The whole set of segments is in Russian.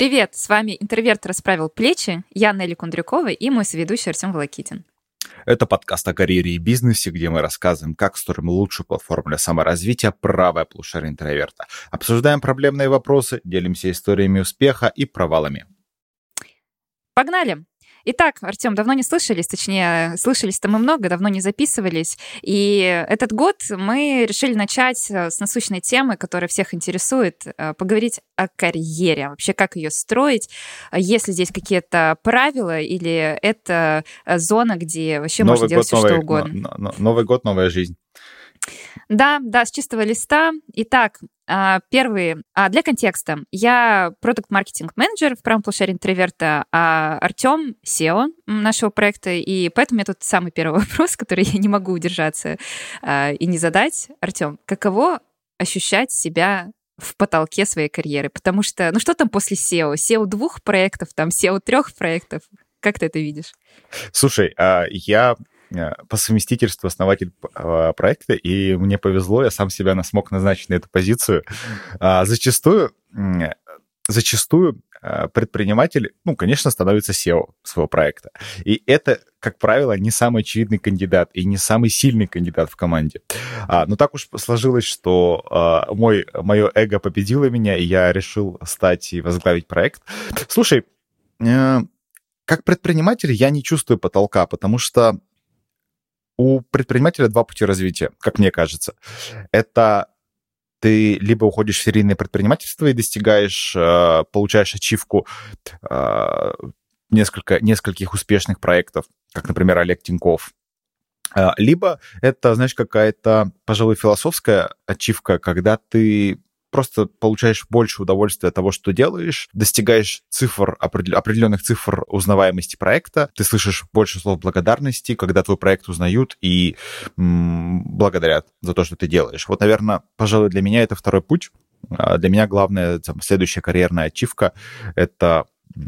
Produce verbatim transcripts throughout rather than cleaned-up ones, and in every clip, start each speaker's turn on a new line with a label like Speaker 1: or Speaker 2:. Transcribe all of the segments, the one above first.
Speaker 1: Привет, с вами «Интроверт расправил плечи», я Нелли Кундрюкова и мой соведущий Артем Волокитин.
Speaker 2: Это подкаст о карьере и бизнесе, где мы рассказываем, как строим лучшую платформу для саморазвития правое полушарие интроверта. Обсуждаем проблемные вопросы, делимся историями успеха и провалами.
Speaker 1: Погнали! Итак, Артем, давно не слышались, точнее, слышались-то мы много, давно не записывались. И этот год мы решили начать с насущной темы, которая всех интересует, поговорить о карьере, вообще как ее строить, есть ли здесь какие-то правила или это зона, где вообще
Speaker 2: Новый
Speaker 1: можно делать все,
Speaker 2: новый,
Speaker 1: что угодно.
Speaker 2: Но, но, Новый год, новая жизнь.
Speaker 1: Да, да, с чистого листа. Итак, первый. Для контекста. Я продакт-маркетинг-менеджер в правом полушарии интроверта, а Артем си и о нашего проекта, и поэтому у меня тут самый первый вопрос, который я не могу удержаться и не задать. Артем, каково ощущать себя в потолке своей карьеры? Потому что, ну что там после си и о? си и о двух проектов, там си и о трех проектов. Как ты это видишь?
Speaker 2: Слушай, я... по совместительству основатель проекта, и мне повезло, я сам себя смог назначить на эту позицию. Зачастую, зачастую предприниматель, ну, конечно, становится си и о своего проекта. И это, как правило, не самый очевидный кандидат и не самый сильный кандидат в команде. Но так уж сложилось, что мой, мое эго победило меня, и я решил стать и возглавить проект. Слушай, как предприниматель я не чувствую потолка, потому что у предпринимателя два пути развития, как мне кажется. Это ты либо уходишь в серийное предпринимательство и достигаешь, получаешь ачивку несколько, нескольких успешных проектов, как, например, Олег Тиньков. Либо это, знаешь, какая-то, пожалуй, философская ачивка, когда ты просто получаешь больше удовольствия от того, что делаешь, достигаешь цифр, определенных цифр узнаваемости проекта, ты слышишь больше слов благодарности, когда твой проект узнают и м- благодарят за то, что ты делаешь. Вот, наверное, пожалуй, для меня это второй путь. Для меня главная там, следующая карьерная ачивка — это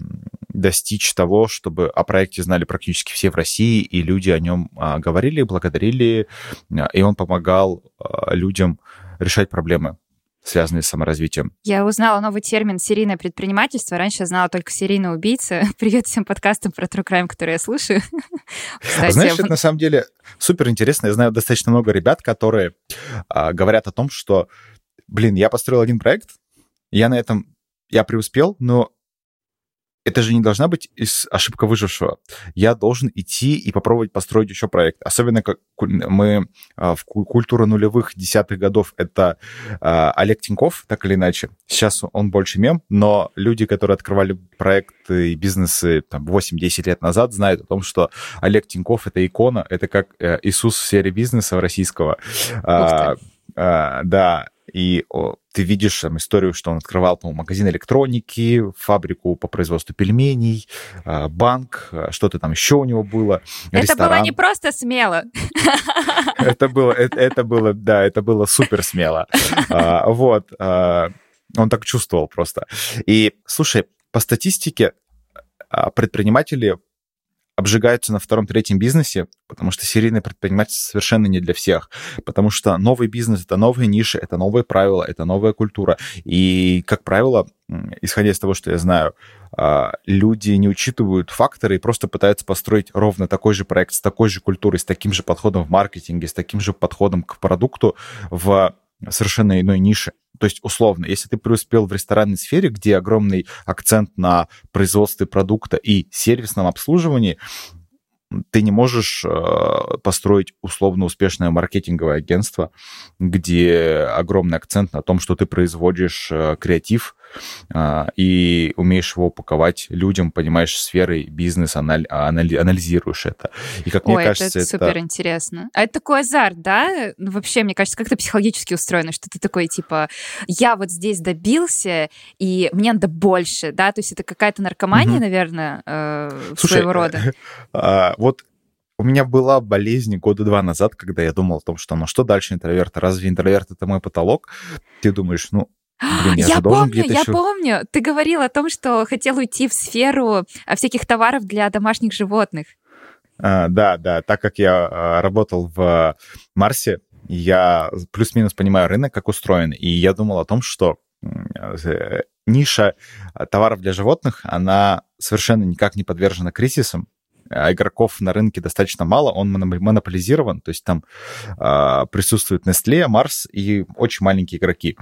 Speaker 2: достичь того, чтобы о проекте знали практически все в России, и люди о нем а, говорили, благодарили, и он помогал а, людям решать проблемы, связанные с саморазвитием.
Speaker 1: Я узнала новый термин «серийное предпринимательство». Раньше я знала только «серийный убийца». Привет всем подкастам про True Crime, которые я слушаю.
Speaker 2: Кстати, знаешь, это на самом деле супер интересно. Я знаю достаточно много ребят, которые а, говорят о том, что, блин, я построил один проект, я на этом, я преуспел, но это же не должна быть ошибка выжившего. Я должен идти и попробовать построить еще проект. Особенно как мы в культуру нулевых, десятых годов, это Олег Тиньков, так или иначе. Сейчас он больше мем, но люди, которые открывали проекты и бизнесы там, восемь-десять лет назад, знают о том, что Олег Тиньков — это икона, это как Иисус в сфере бизнеса российского. А, а, да, и о, ты видишь там историю, что он открывал, по-моему, магазин электроники, фабрику по производству пельменей, банк, что-то там еще у него было,
Speaker 1: это
Speaker 2: ресторан.
Speaker 1: было не просто смело.
Speaker 2: Это было, это, это было, да, это было супер смело. А, вот, а, он так чувствовал просто. И, слушай, по статистике предприниматели обжигаются на втором-третьем бизнесе, потому что серийное предпринимательство совершенно не для всех, потому что новый бизнес — это новые ниши, это новые правила, это новая культура. И, как правило, исходя из того, что я знаю, люди не учитывают факторы и просто пытаются построить ровно такой же проект с такой же культурой, с таким же подходом в маркетинге, с таким же подходом к продукту в совершенно иной нише. То есть, условно, если ты преуспел в ресторанной сфере, где огромный акцент на производстве продукта и сервисном обслуживании, ты не можешь э, построить условно успешное маркетинговое агентство, где огромный акцент на том, что ты производишь э, креатив э, и умеешь его упаковать людям, понимаешь сферы бизнеса, анали- анали- анализируешь это. И как
Speaker 1: Ой,
Speaker 2: мне кажется,
Speaker 1: это супер интересно. А это такой азарт, да? Ну, вообще, мне кажется, как-то психологически устроено, что ты такой, типа, я вот здесь добился, и мне надо больше, да? То есть это какая-то наркомания, mm-hmm. наверное, э,
Speaker 2: Слушай,
Speaker 1: своего рода.
Speaker 2: Э, э, вот у меня была болезнь года два назад, когда я думал о том, что ну что дальше интроверта? Разве интроверт — это мой потолок? Ты думаешь, ну, блин, я,
Speaker 1: я
Speaker 2: же должен
Speaker 1: помню,
Speaker 2: где-то
Speaker 1: я
Speaker 2: еще...
Speaker 1: помню. Ты говорил о том, что хотел уйти в сферу всяких товаров для домашних животных.
Speaker 2: А, да, да. Так как я а, работал в Марсе, я плюс-минус понимаю рынок, как устроен, и я думал о том, что ниша товаров для животных, она совершенно никак не подвержена кризисам. Игроков на рынке достаточно мало, он монополизирован, то есть там э, присутствует Nestlé, Mars и очень маленькие игроки.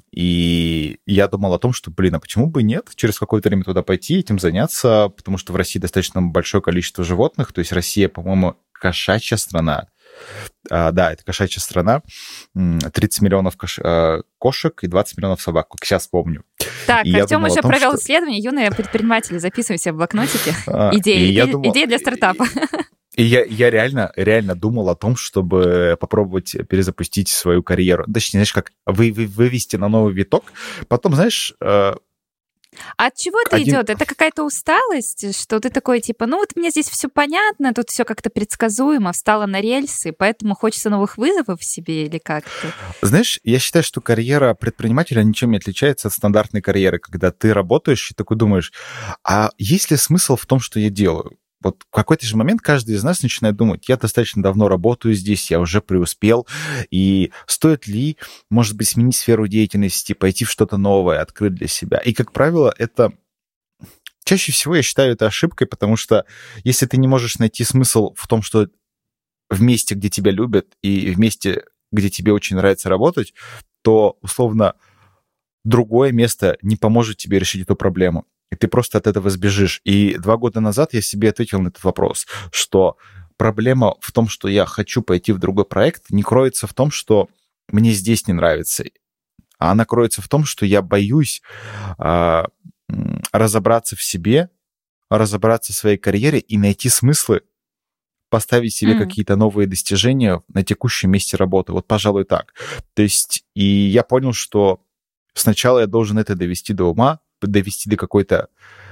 Speaker 2: И я думал о том, что, блин, а почему бы нет через какое-то время туда пойти, этим заняться, потому что в России достаточно большое количество животных, то есть Россия, по-моему, кошачья страна. А, да, это кошачья страна. тридцать миллионов кош... кошек и двадцать миллионов собак, как сейчас помню.
Speaker 1: Так,
Speaker 2: и
Speaker 1: Артем еще
Speaker 2: том,
Speaker 1: провел
Speaker 2: что...
Speaker 1: исследование. Юные предприниматели, записывайте в блокнотике. Идеи, идеи, думал... идеи для стартапа.
Speaker 2: И я, я реально, реально думал о том, чтобы попробовать перезапустить свою карьеру. Точнее, знаешь, как вы, вы, вывести на новый виток. Потом, знаешь...
Speaker 1: А от чего это Один... идет? Это какая-то усталость, что ты такой, типа, ну вот мне здесь все понятно, тут все как-то предсказуемо, встала на рельсы, поэтому хочется новых вызовов в себе или как-то?
Speaker 2: Знаешь, я считаю, что карьера предпринимателя ничем не отличается от стандартной карьеры, когда ты работаешь и такой думаешь, а есть ли смысл в том, что я делаю? Вот в какой-то же момент каждый из нас начинает думать, я достаточно давно работаю здесь, я уже преуспел, и стоит ли, может быть, сменить сферу деятельности, пойти в что-то новое, открыть для себя. И, как правило, это... Чаще всего я считаю это ошибкой, потому что если ты не можешь найти смысл в том, что в месте, где тебя любят, и в месте, где тебе очень нравится работать, то, условно, другое место не поможет тебе решить эту проблему. И ты просто от этого сбежишь. И два года назад я себе ответил на этот вопрос, что проблема в том, что я хочу пойти в другой проект, не кроется в том, что мне здесь не нравится, а она кроется в том, что я боюсь а, разобраться в себе, разобраться в своей карьере и найти смыслы, поставить себе mm. какие-то новые достижения на текущем месте работы. Вот, пожалуй, так. То есть, и я понял, что сначала я должен это довести до ума, довести до какой-то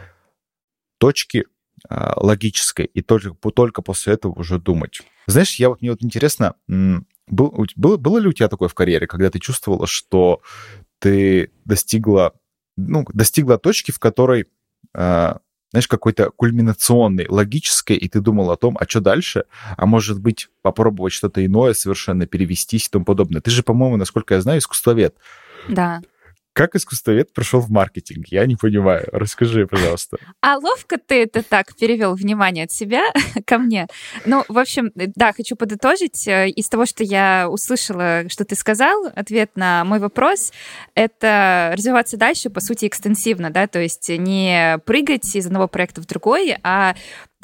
Speaker 2: точки э, логической, и только, только после этого уже думать. Знаешь, я вот, мне вот интересно, был, было, было ли у тебя такое в карьере, когда ты чувствовала, что ты достигла, ну, достигла точки, в которой, э, знаешь, какой-то кульминационной, логической, и ты думал о том, а что дальше? А может быть, попробовать что-то иное, совершенно перевестись и тому подобное. Ты же, по-моему, насколько я знаю, искусствовед.
Speaker 1: Да.
Speaker 2: Как искусствовед пришел в маркетинг? Я не понимаю. Расскажи, пожалуйста.
Speaker 1: А ловко ты это так перевел внимание от себя ко мне. Ну, в общем, да, хочу подытожить. Из того, что я услышала, что ты сказал, ответ на мой вопрос — это развиваться дальше, по сути, экстенсивно, да, то есть не прыгать из одного проекта в другой, а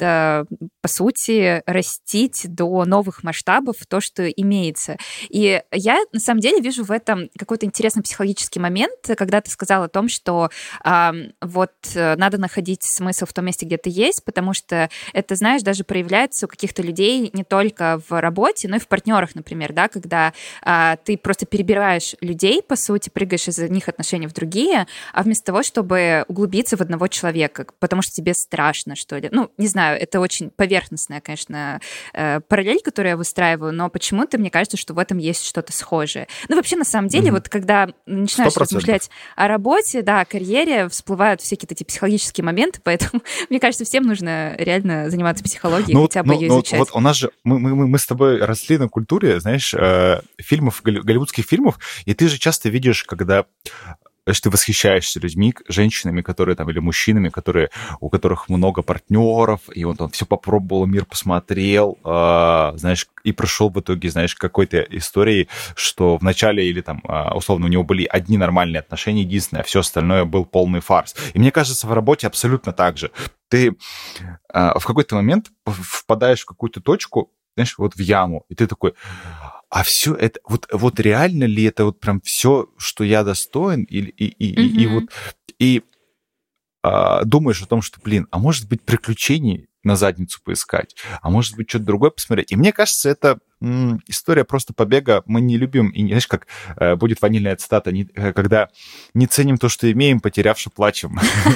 Speaker 1: по сути, растить до новых масштабов то, что имеется. И я, на самом деле, вижу в этом какой-то интересный психологический момент, когда ты сказала о том, что э, вот надо находить смысл в том месте, где ты есть, потому что это, знаешь, даже проявляется у каких-то людей не только в работе, но и в партнерах, например, да, когда э, ты просто перебираешь людей, по сути, прыгаешь из одних отношений в другие, а вместо того, чтобы углубиться в одного человека, потому что тебе страшно, что ли. Ну, не знаю, это очень поверхностная, конечно, параллель, которую я выстраиваю, но почему-то мне кажется, что в этом есть что-то схожее. Ну, вообще, на самом деле, mm-hmm. вот когда начинаешь сто процентов размышлять о работе, да, о карьере, всплывают всякие такие психологические моменты, поэтому, мне кажется, всем нужно реально заниматься психологией, ну, хотя бы ну, ее ну, изучать. Вот у
Speaker 2: нас же, мы, мы, мы с тобой росли на культуре, знаешь, фильмов, голливудских фильмов, и ты же часто видишь, когда... что ты восхищаешься людьми, женщинами, которые там, или мужчинами, которые, у которых много партнеров, и он там все попробовал, мир посмотрел, э, знаешь, и пришел в итоге, знаешь, к какой-то истории, что в начале или там, э, условно, у него были одни нормальные отношения, единственное, а все остальное был полный фарс. И мне кажется, в работе абсолютно так же. Ты э, в какой-то момент впадаешь в какую-то точку, знаешь, вот в яму, и ты такой... А все это, вот, вот реально ли это вот прям все, что я достоин, и, и, и, mm-hmm. и, и вот, и а, думаешь о том, что, блин, а может быть приключений на задницу поискать, а может быть что-то другое посмотреть. И мне кажется, это м, история просто побега. Мы не любим, и знаешь, как э, будет ванильная цитата, не, э, когда не ценим то, что имеем, потерявши плачем.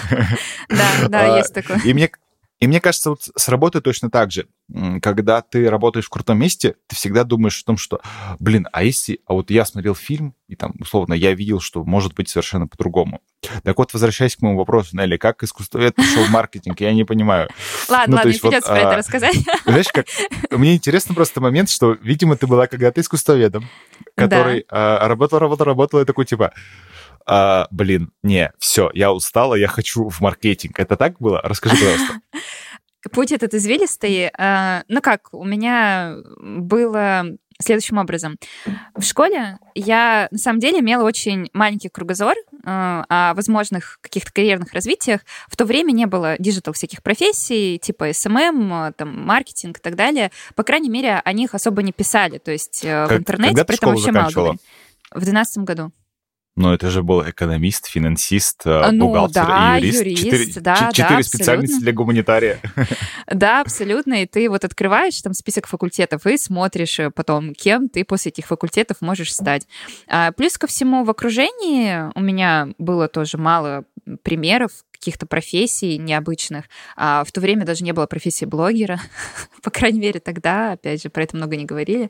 Speaker 1: Да, да, есть такое.
Speaker 2: И мне И мне кажется, вот с работой точно так же. Когда ты работаешь в крутом месте, ты всегда думаешь о том, что, блин, а если... А вот я смотрел фильм, и там, условно, я видел, что может быть совершенно по-другому. Так вот, возвращаясь к моему вопросу, Нелли, как искусствовед пришел в маркетинг, я не понимаю.
Speaker 1: Ладно, ладно, не придется про это рассказать.
Speaker 2: Знаешь, как... Мне интересно просто момент, что, видимо, ты была когда-то искусствоведом, который работал, работал, работал, и такой, типа... а, блин, не, все, я устала, я хочу в маркетинг. Это так было? Расскажи, пожалуйста.
Speaker 1: Путь этот извилистый. Ну как, у меня было следующим образом. В школе я, на самом деле, имела очень маленький кругозор о возможных каких-то карьерных развитиях. В то время не было диджитал всяких профессий, типа эс эм эм, там, маркетинг и так далее. По крайней мере, о них особо не писали. То есть как, в интернете про это вообще мало говорили. В двенадцатом году.
Speaker 2: Но это же был экономист, финансист, ну, бухгалтер
Speaker 1: да,
Speaker 2: и юрист.
Speaker 1: юрист.
Speaker 2: Четыре,
Speaker 1: да,
Speaker 2: четыре
Speaker 1: да,
Speaker 2: специальности для гуманитария.
Speaker 1: Да, абсолютно. И ты вот открываешь там список факультетов и смотришь потом, кем ты после этих факультетов можешь стать. А плюс ко всему в окружении у меня было тоже мало примеров каких-то профессий необычных. А в то время даже не было профессии блогера. По крайней мере, тогда, опять же, про это много не говорили.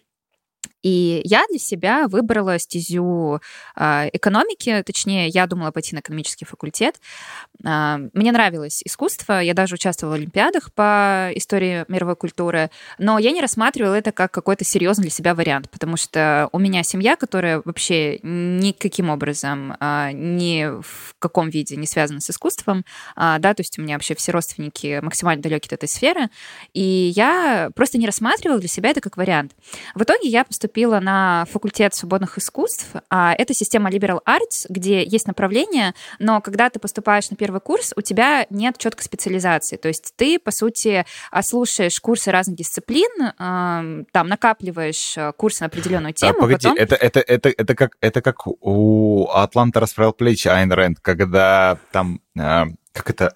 Speaker 1: И я для себя выбрала стезю э, экономики, точнее, я думала пойти на экономический факультет. Э, мне нравилось искусство, я даже участвовала в олимпиадах по истории мировой культуры, но я не рассматривала это как какой-то серьезный для себя вариант, потому что у меня семья, которая вообще никаким образом, э, ни в каком виде не связана с искусством, э, да, то есть у меня вообще все родственники максимально далеки от этой сферы, и я просто не рассматривала для себя это как вариант. В итоге я поступила поступила на факультет свободных искусств. Это система Liberal Arts, где есть направление, но когда ты поступаешь на первый курс, у тебя нет четкой специализации. То есть ты, по сути, слушаешь курсы разных дисциплин, там накапливаешь курсы на определенную тему.
Speaker 2: А, погоди,
Speaker 1: потом...
Speaker 2: это, это, это, это, как, это как у Атланта расправил плечи Айн Рэнд, когда там, как это...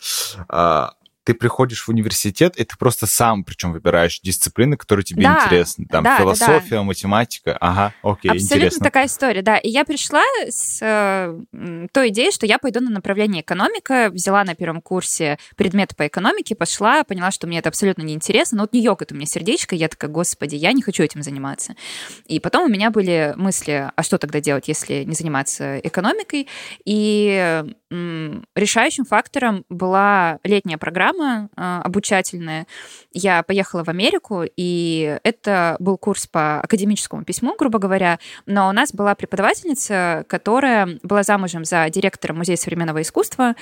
Speaker 2: ты приходишь в университет, и ты просто сам, причем выбираешь дисциплины, которые тебе
Speaker 1: да,
Speaker 2: интересны. Там
Speaker 1: да,
Speaker 2: философия,
Speaker 1: да, да.
Speaker 2: математика. Ага, окей,
Speaker 1: абсолютно
Speaker 2: интересно.
Speaker 1: Такая история, да. И я пришла с э, той идеей, что я пойду на направление экономика, взяла на первом курсе предметы по экономике, пошла, поняла, что мне это абсолютно неинтересно, но вот не ёкает у меня сердечко, я такая, господи, я не хочу этим заниматься. И потом у меня были мысли, а что тогда делать, если не заниматься экономикой? И м, решающим фактором была летняя программа, обучательная. Я поехала в Америку, и это был курс по академическому письму, грубо говоря, но у нас была преподавательница, которая была замужем за директором Музея современного искусства,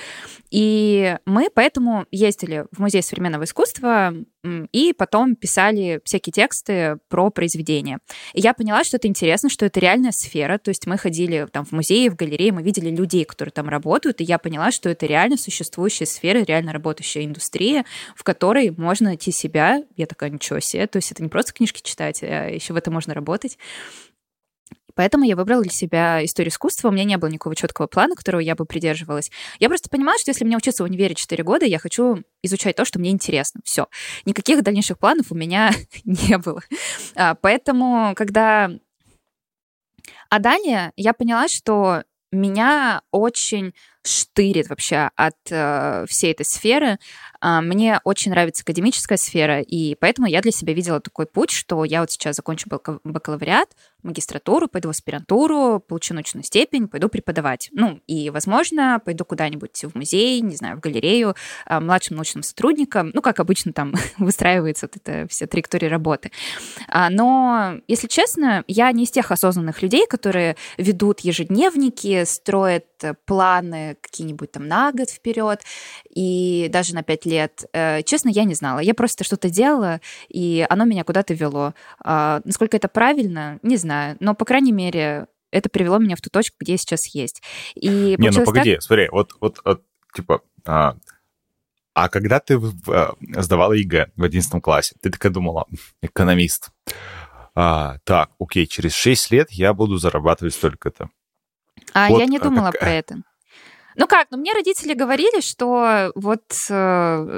Speaker 1: и мы поэтому ездили в Музей современного искусства и потом писали всякие тексты про произведения. И я поняла, что это интересно, что это реальная сфера, то есть мы ходили там в музеи, в галереи, мы видели людей, которые там работают, и я поняла, что это реально существующая сфера, реально работающая индустрия, в которой можно найти себя. Я такая, ничего себе, то есть это не просто книжки читать, а еще в этом можно работать. Поэтому я выбрала для себя историю искусства. У меня не было никакого четкого плана, которого я бы придерживалась. Я просто понимала, что если мне учиться в универе четыре года, я хочу изучать то, что мне интересно. Все. Никаких дальнейших планов у меня не было. Поэтому, когда... А далее я поняла, что меня очень штырит вообще от э, всей этой сферы. Э, мне очень нравится академическая сфера, и поэтому я для себя видела такой путь, что я вот сейчас закончу бакалавриат, магистратуру, пойду в аспирантуру, получу научную степень, пойду преподавать. Ну, и, возможно, пойду куда-нибудь в музей, не знаю, в галерею, э, младшим научным сотрудником, ну, как обычно там выстраивается вот эта вся траектория работы. А, но, если честно, я не из тех осознанных людей, которые ведут ежедневники, строят планы какие-нибудь там на год вперед и даже на пять лет. Честно, я не знала. Я просто что-то делала, и оно меня куда-то вело. А, насколько это правильно, не знаю. Но, по крайней мере, это привело меня в ту точку, где я сейчас есть. И
Speaker 2: не, ну погоди,
Speaker 1: так...
Speaker 2: смотри, вот, вот, вот типа... А... А когда ты сдавала ЕГЭ в одиннадцатом классе, ты такая думала, экономист, а, так, окей, через шесть лет я буду зарабатывать столько-то.
Speaker 1: А
Speaker 2: вот,
Speaker 1: я не думала
Speaker 2: как...
Speaker 1: про это. Ну как, ну мне родители говорили, что вот э,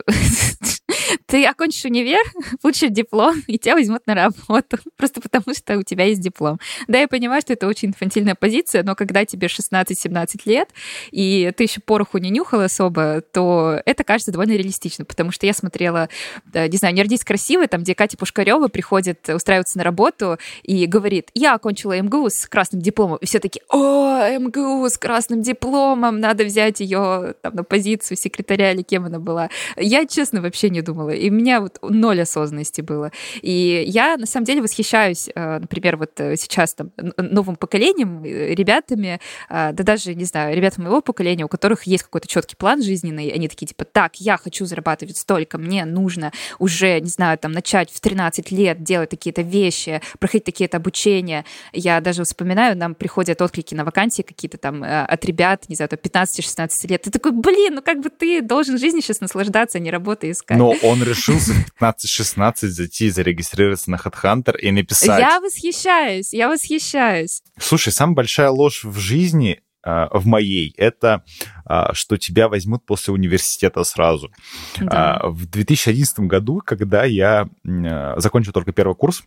Speaker 1: ты окончишь универ, получишь диплом, и тебя возьмут на работу, просто потому что у тебя есть диплом. Да, я понимаю, что это очень инфантильная позиция, но когда тебе шестнадцать-семнадцать лет, и ты еще пороху не нюхал особо, то это кажется довольно реалистично, потому что я смотрела, не знаю, «Не родись красивой», там, где Катя Пушкарева приходит устраиваться на работу и говорит, я окончила эм гэ у с красным дипломом, и все такие, о, эм гэ у с красным дипломом, надо надо взять ее там, на позицию секретаря или кем она была. Я, честно, вообще не думала. И у меня вот ноль осознанности было. И я, на самом деле, восхищаюсь, например, вот сейчас там новым поколением, ребятами, да даже, не знаю, ребятам моего поколения, у которых есть какой-то четкий план жизненный, они такие, типа, так, я хочу зарабатывать столько, мне нужно уже, не знаю, там, начать в тринадцать лет делать такие-то вещи, проходить такие-то обучения. Я даже вспоминаю, нам приходят отклики на вакансии какие-то там от ребят, не знаю, пятнадцать-шестнадцать лет. Ты такой, блин, ну как бы ты должен жизнью сейчас наслаждаться, а не работой искать.
Speaker 2: Но он решился в пятнадцать-шестнадцать зайти, зарегистрироваться на HeadHunter и написать.
Speaker 1: Я восхищаюсь, я восхищаюсь.
Speaker 2: Слушай, самая большая ложь в жизни, в моей, это что тебя возьмут после университета сразу. Да. В две тысячи одиннадцатом году, когда я закончил только первый курс,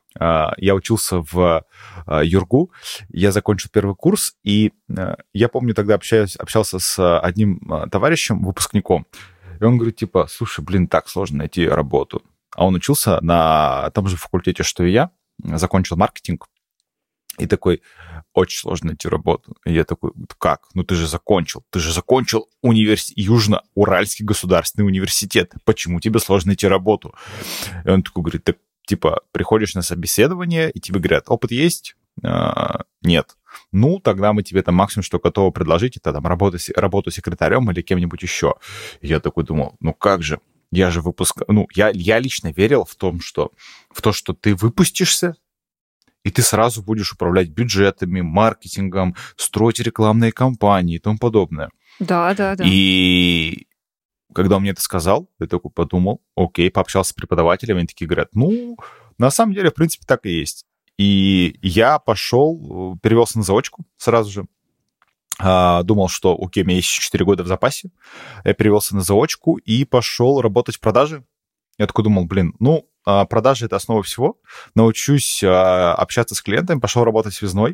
Speaker 2: я учился в ЮрГУ, я закончил первый курс, и я помню, тогда общаюсь, общался с одним товарищем, выпускником, и он говорит, типа, слушай, блин, так сложно найти работу. А он учился на том же факультете, что и я, закончил маркетинг, и такой, очень сложно найти работу. И я такой, как? Ну ты же закончил, ты же закончил универс... Южно-Уральский государственный университет. Почему тебе сложно найти работу? И он такой говорит, так, типа, приходишь на собеседование, и тебе говорят, опыт есть? А, нет. Ну, тогда мы тебе там максимум, что готовы предложить, это там работу, работу секретарем или кем-нибудь еще. И я такой думал, ну как же? Я же выпуск... Ну, я, я лично верил в том, что... в то, что ты выпустишься, и ты сразу будешь управлять бюджетами, маркетингом, строить рекламные кампании и тому подобное.
Speaker 1: Да, да, да.
Speaker 2: И когда он мне это сказал, я такой подумал, окей, пообщался с преподавателями, они такие говорят, ну, на самом деле, в принципе, так и есть. И я пошел, перевелся на заочку сразу же. Думал, что, окей, у меня есть четыре года в запасе. Я перевелся на заочку и пошел работать в продаже. Я такой думал, блин, ну, продажи — это основа всего. Научусь общаться с клиентами, пошел работать связной.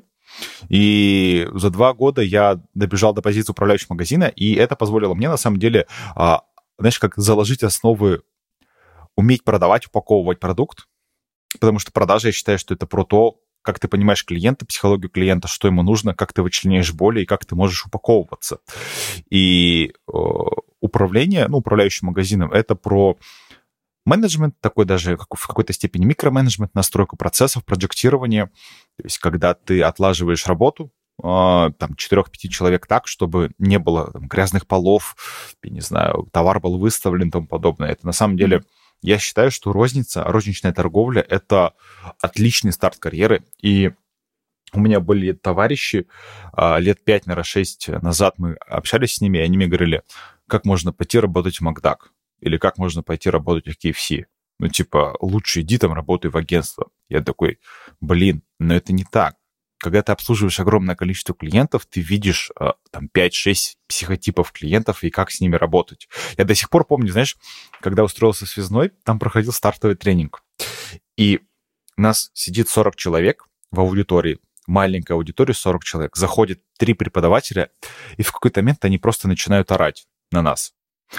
Speaker 2: И за два года я добежал до позиции управляющего магазина, и это позволило мне, на самом деле, знаешь, как заложить основы, уметь продавать, упаковывать продукт. Потому что продажи, я считаю, что это про то, как ты понимаешь клиента, психологию клиента, что ему нужно, как ты вычленяешь боли и как ты можешь упаковываться. И э, управление, ну, управляющим магазином, это про менеджмент, такой даже как, в какой-то степени микроменеджмент, настройку процессов, проектирование. То есть когда ты отлаживаешь работу, э, там, четырех-пяти человек так, чтобы не было там, грязных полов, я не знаю, товар был выставлен и тому подобное. Это на самом деле... Я считаю, что розница, розничная торговля — это отличный старт карьеры. И у меня были товарищи, лет пять, наверное, шесть назад мы общались с ними, и они мне говорили, как можно пойти работать в Макдак или как можно пойти работать в кей эф си. Ну, типа, лучше иди там, работай в агентство. Я такой, блин, но это не так. Когда ты обслуживаешь огромное количество клиентов, ты видишь там пять-шесть психотипов клиентов и как с ними работать. Я до сих пор помню, знаешь, когда устроился в связной, там проходил стартовый тренинг. И у нас сидит сорок человек в аудитории, маленькая аудитория, сорок человек. Заходит три преподавателя, и в какой-то момент они просто начинают орать на нас.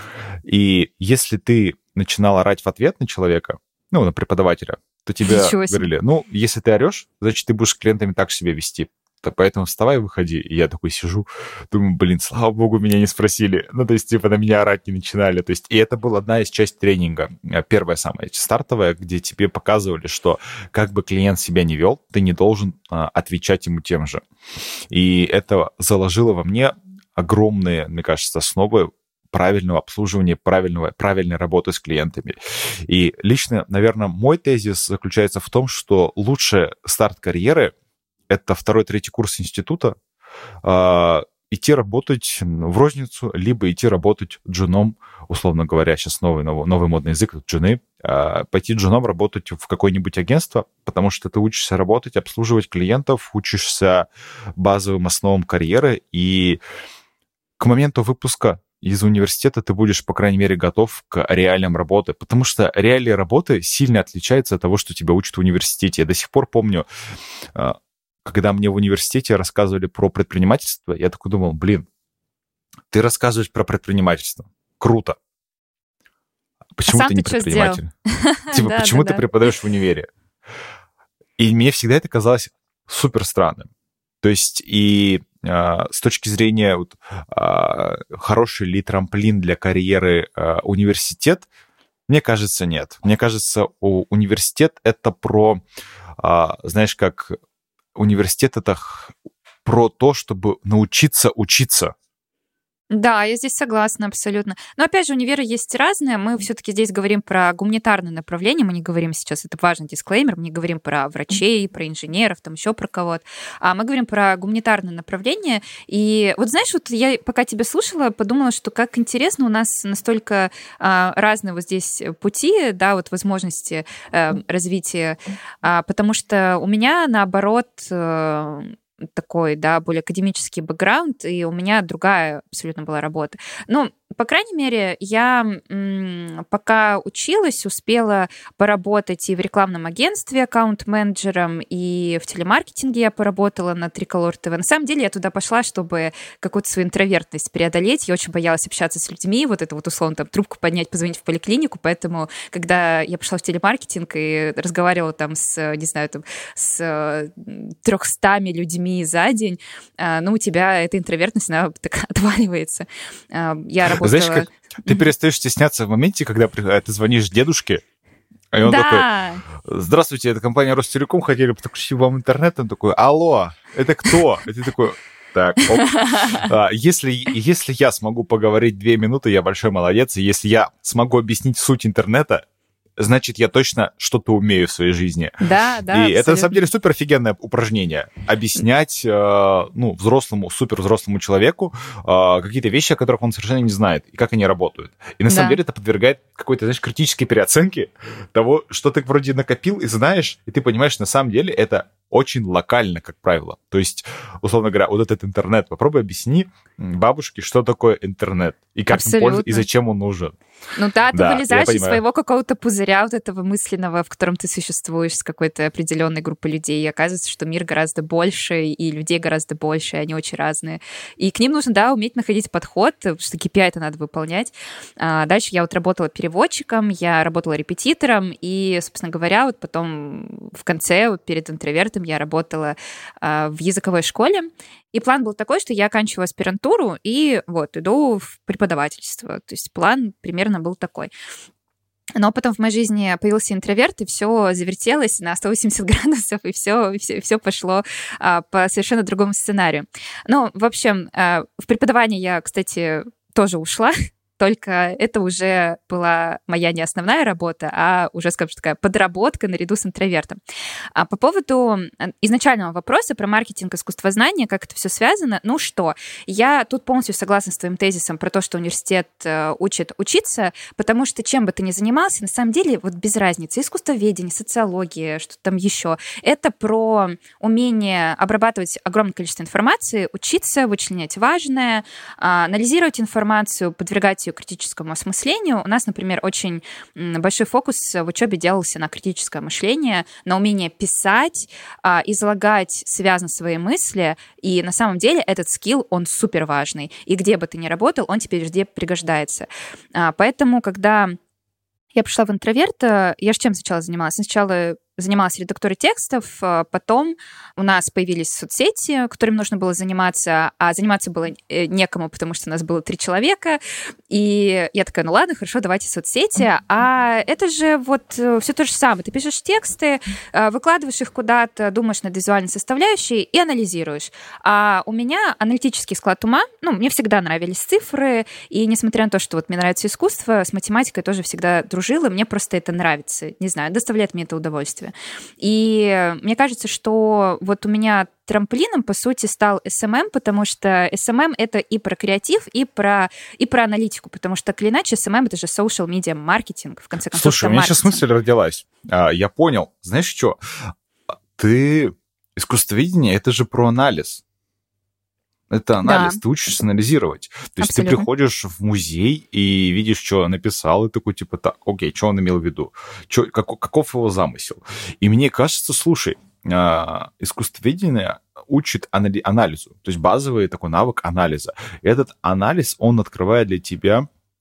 Speaker 2: И если ты начинал орать в ответ на человека, ну, на преподавателя, то тебе говорили, ну, если ты орешь, значит, ты будешь с клиентами так себя вести. Так поэтому вставай и выходи. И я такой сижу, думаю, блин, слава богу, меня не спросили. Ну, то есть, типа, на меня орать не начинали. То есть, и это была одна из частей тренинга. Первая самая стартовая, где тебе показывали, что как бы клиент себя не вел, ты не должен а, отвечать ему тем же. И это заложило во мне огромные, мне кажется, основы правильного обслуживания, правильного, правильной работы с клиентами. И лично, наверное, мой тезис заключается в том, что лучший старт карьеры — это второй-третий курс института, э, идти работать в розницу, либо идти работать джуном, условно говоря, сейчас новый, новый, новый модный язык, джуны, э, пойти джуном работать в какое-нибудь агентство, потому что ты учишься работать, обслуживать клиентов, учишься базовым основам карьеры, и к моменту выпуска из университета ты будешь, по крайней мере, готов к реалиям работы, потому что реалии работы сильно отличаются от того, что тебя учат в университете. Я до сих пор помню, когда мне в университете рассказывали про предпринимательство, я такой думал, блин, ты рассказываешь про предпринимательство, круто. Почему
Speaker 1: а
Speaker 2: ты не
Speaker 1: ты
Speaker 2: предприниматель? Типа, почему ты преподаешь в универе? И мне всегда это казалось супер странным. То есть, и с точки зрения вот, хороший ли трамплин для карьеры университет, мне кажется, нет. Мне кажется, университет — это про, знаешь, как университет — это про то, чтобы научиться учиться.
Speaker 1: Да, я здесь согласна абсолютно. Но опять же, универы есть разные. Мы все-таки здесь говорим про гуманитарное направление. Мы не говорим сейчас, это важный дисклеймер, мы не говорим про врачей, про инженеров, там еще про кого-то. А мы говорим про гуманитарное направление. И вот знаешь, вот я пока тебя слушала, подумала, что как интересно, у нас настолько а, разные вот здесь пути, да, вот возможности а, развития. А, потому что у меня, наоборот, а, такой, да, более академический бэкграунд, и у меня другая абсолютно была работа. Ну, по крайней мере, я м, пока училась, успела поработать и в рекламном агентстве аккаунт-менеджером, и в телемаркетинге я поработала на Триколор ТВ. На самом деле я туда пошла, чтобы какую-то свою интровертность преодолеть. Я очень боялась общаться с людьми, вот это вот условно там трубку поднять, позвонить в поликлинику, поэтому когда я пошла в телемаркетинг и разговаривала там с, не знаю, там с трехстами людьми за день, ну, у тебя эта интровертность, она так отваливается. Я работала...
Speaker 2: Знаешь, как ты перестаешь стесняться в моменте, когда ты звонишь дедушке, и он
Speaker 1: да.
Speaker 2: такой: здравствуйте, это компания Ростелеком, хотели подключить вам интернет. Он такой: алло, это кто? И ты такой: так, оп. А, если, если я смогу поговорить две минуты, я большой молодец. И если я смогу объяснить суть интернета, значит, я точно что-то умею в своей жизни.
Speaker 1: Да, да.
Speaker 2: И
Speaker 1: абсолютно.
Speaker 2: Это, на самом деле, супер офигенное упражнение. Объяснять, э, ну, взрослому, супер взрослому человеку э, какие-то вещи, о которых он совершенно не знает, и как они работают. И на да. самом деле это подвергает какой-то, знаешь, критической переоценке того, что ты вроде накопил и знаешь, и ты понимаешь, на самом деле это очень локально, как правило. То есть, условно говоря, вот этот интернет. Попробуй объясни бабушке, что такое интернет, и как им пользоваться, и зачем он нужен.
Speaker 1: Ну да, ты да, вылезаешь из своего какого-то пузыря вот этого мысленного, в котором ты существуешь с какой-то определенной группой людей, и оказывается, что мир гораздо больше, и людей гораздо больше, и они очень разные. И к ним нужно, да, уметь находить подход, потому что кей пи ай это надо выполнять. А дальше я вот работала переводчиком, я работала репетитором, и, собственно говоря, вот потом в конце, вот перед интровертом, я работала а, в языковой школе. И план был такой, что я оканчиваю аспирантуру и вот иду в преподавательство. То есть план примерно был такой. Но потом в моей жизни появился интроверт, и все завертелось на сто восемьдесят градусов, и все, и все, и все пошло а, по совершенно другому сценарию. Ну, в общем, а, в преподавание я, кстати, тоже ушла. Только это уже была моя не основная работа, а уже, скажем, такая подработка наряду с интровертом. А по поводу изначального вопроса про маркетинг, искусствознание, как это все связано, ну что, я тут полностью согласна с твоим тезисом про то, что университет учит учиться, потому что чем бы ты ни занимался, на самом деле вот без разницы, искусствоведение, социология, что там еще, это про умение обрабатывать огромное количество информации, учиться, вычленять важное, анализировать информацию, подвергать критическому осмыслению. У нас, например, очень большой фокус в учебе делался на критическое мышление, на умение писать, излагать связно свои мысли, и на самом деле этот скилл, он супер важный, и где бы ты ни работал, он тебе везде пригождается. Поэтому, когда я пришла в интроверт, я же чем сначала занималась? Сначала занималась редактурой текстов, потом у нас появились соцсети, которыми нужно было заниматься, а заниматься было некому, потому что у нас было три человека, и я такая: ну ладно, хорошо, давайте соцсети, а это же вот все то же самое, ты пишешь тексты, выкладываешь их куда-то, думаешь над визуальной составляющей и анализируешь. А у меня аналитический склад ума, ну, мне всегда нравились цифры, и несмотря на то, что вот мне нравится искусство, с математикой тоже всегда дружила, мне просто это нравится, не знаю, доставляет мне это удовольствие. И мне кажется, что вот у меня трамплином, по сути, стал эс эм эм, потому что эс эм эм — это и про креатив, и про, и про аналитику, потому что, так или иначе, эс эм эм — это же social media маркетинг, в конце концов.
Speaker 2: Слушай, у меня сейчас мысль родилась. Я понял. Знаешь что? Ты... Искусствоведение — это же про анализ. Это анализ, да. Ты учишься анализировать. То есть Абсолютно. Ты приходишь в музей и видишь, что написал, и такой, типа, так, окей, что он имел в виду? Чё, как, каков его замысел? И мне кажется, слушай, искусствоведение учит анали- анализу, то есть базовый такой навык анализа. И этот анализ, он открывает для тебя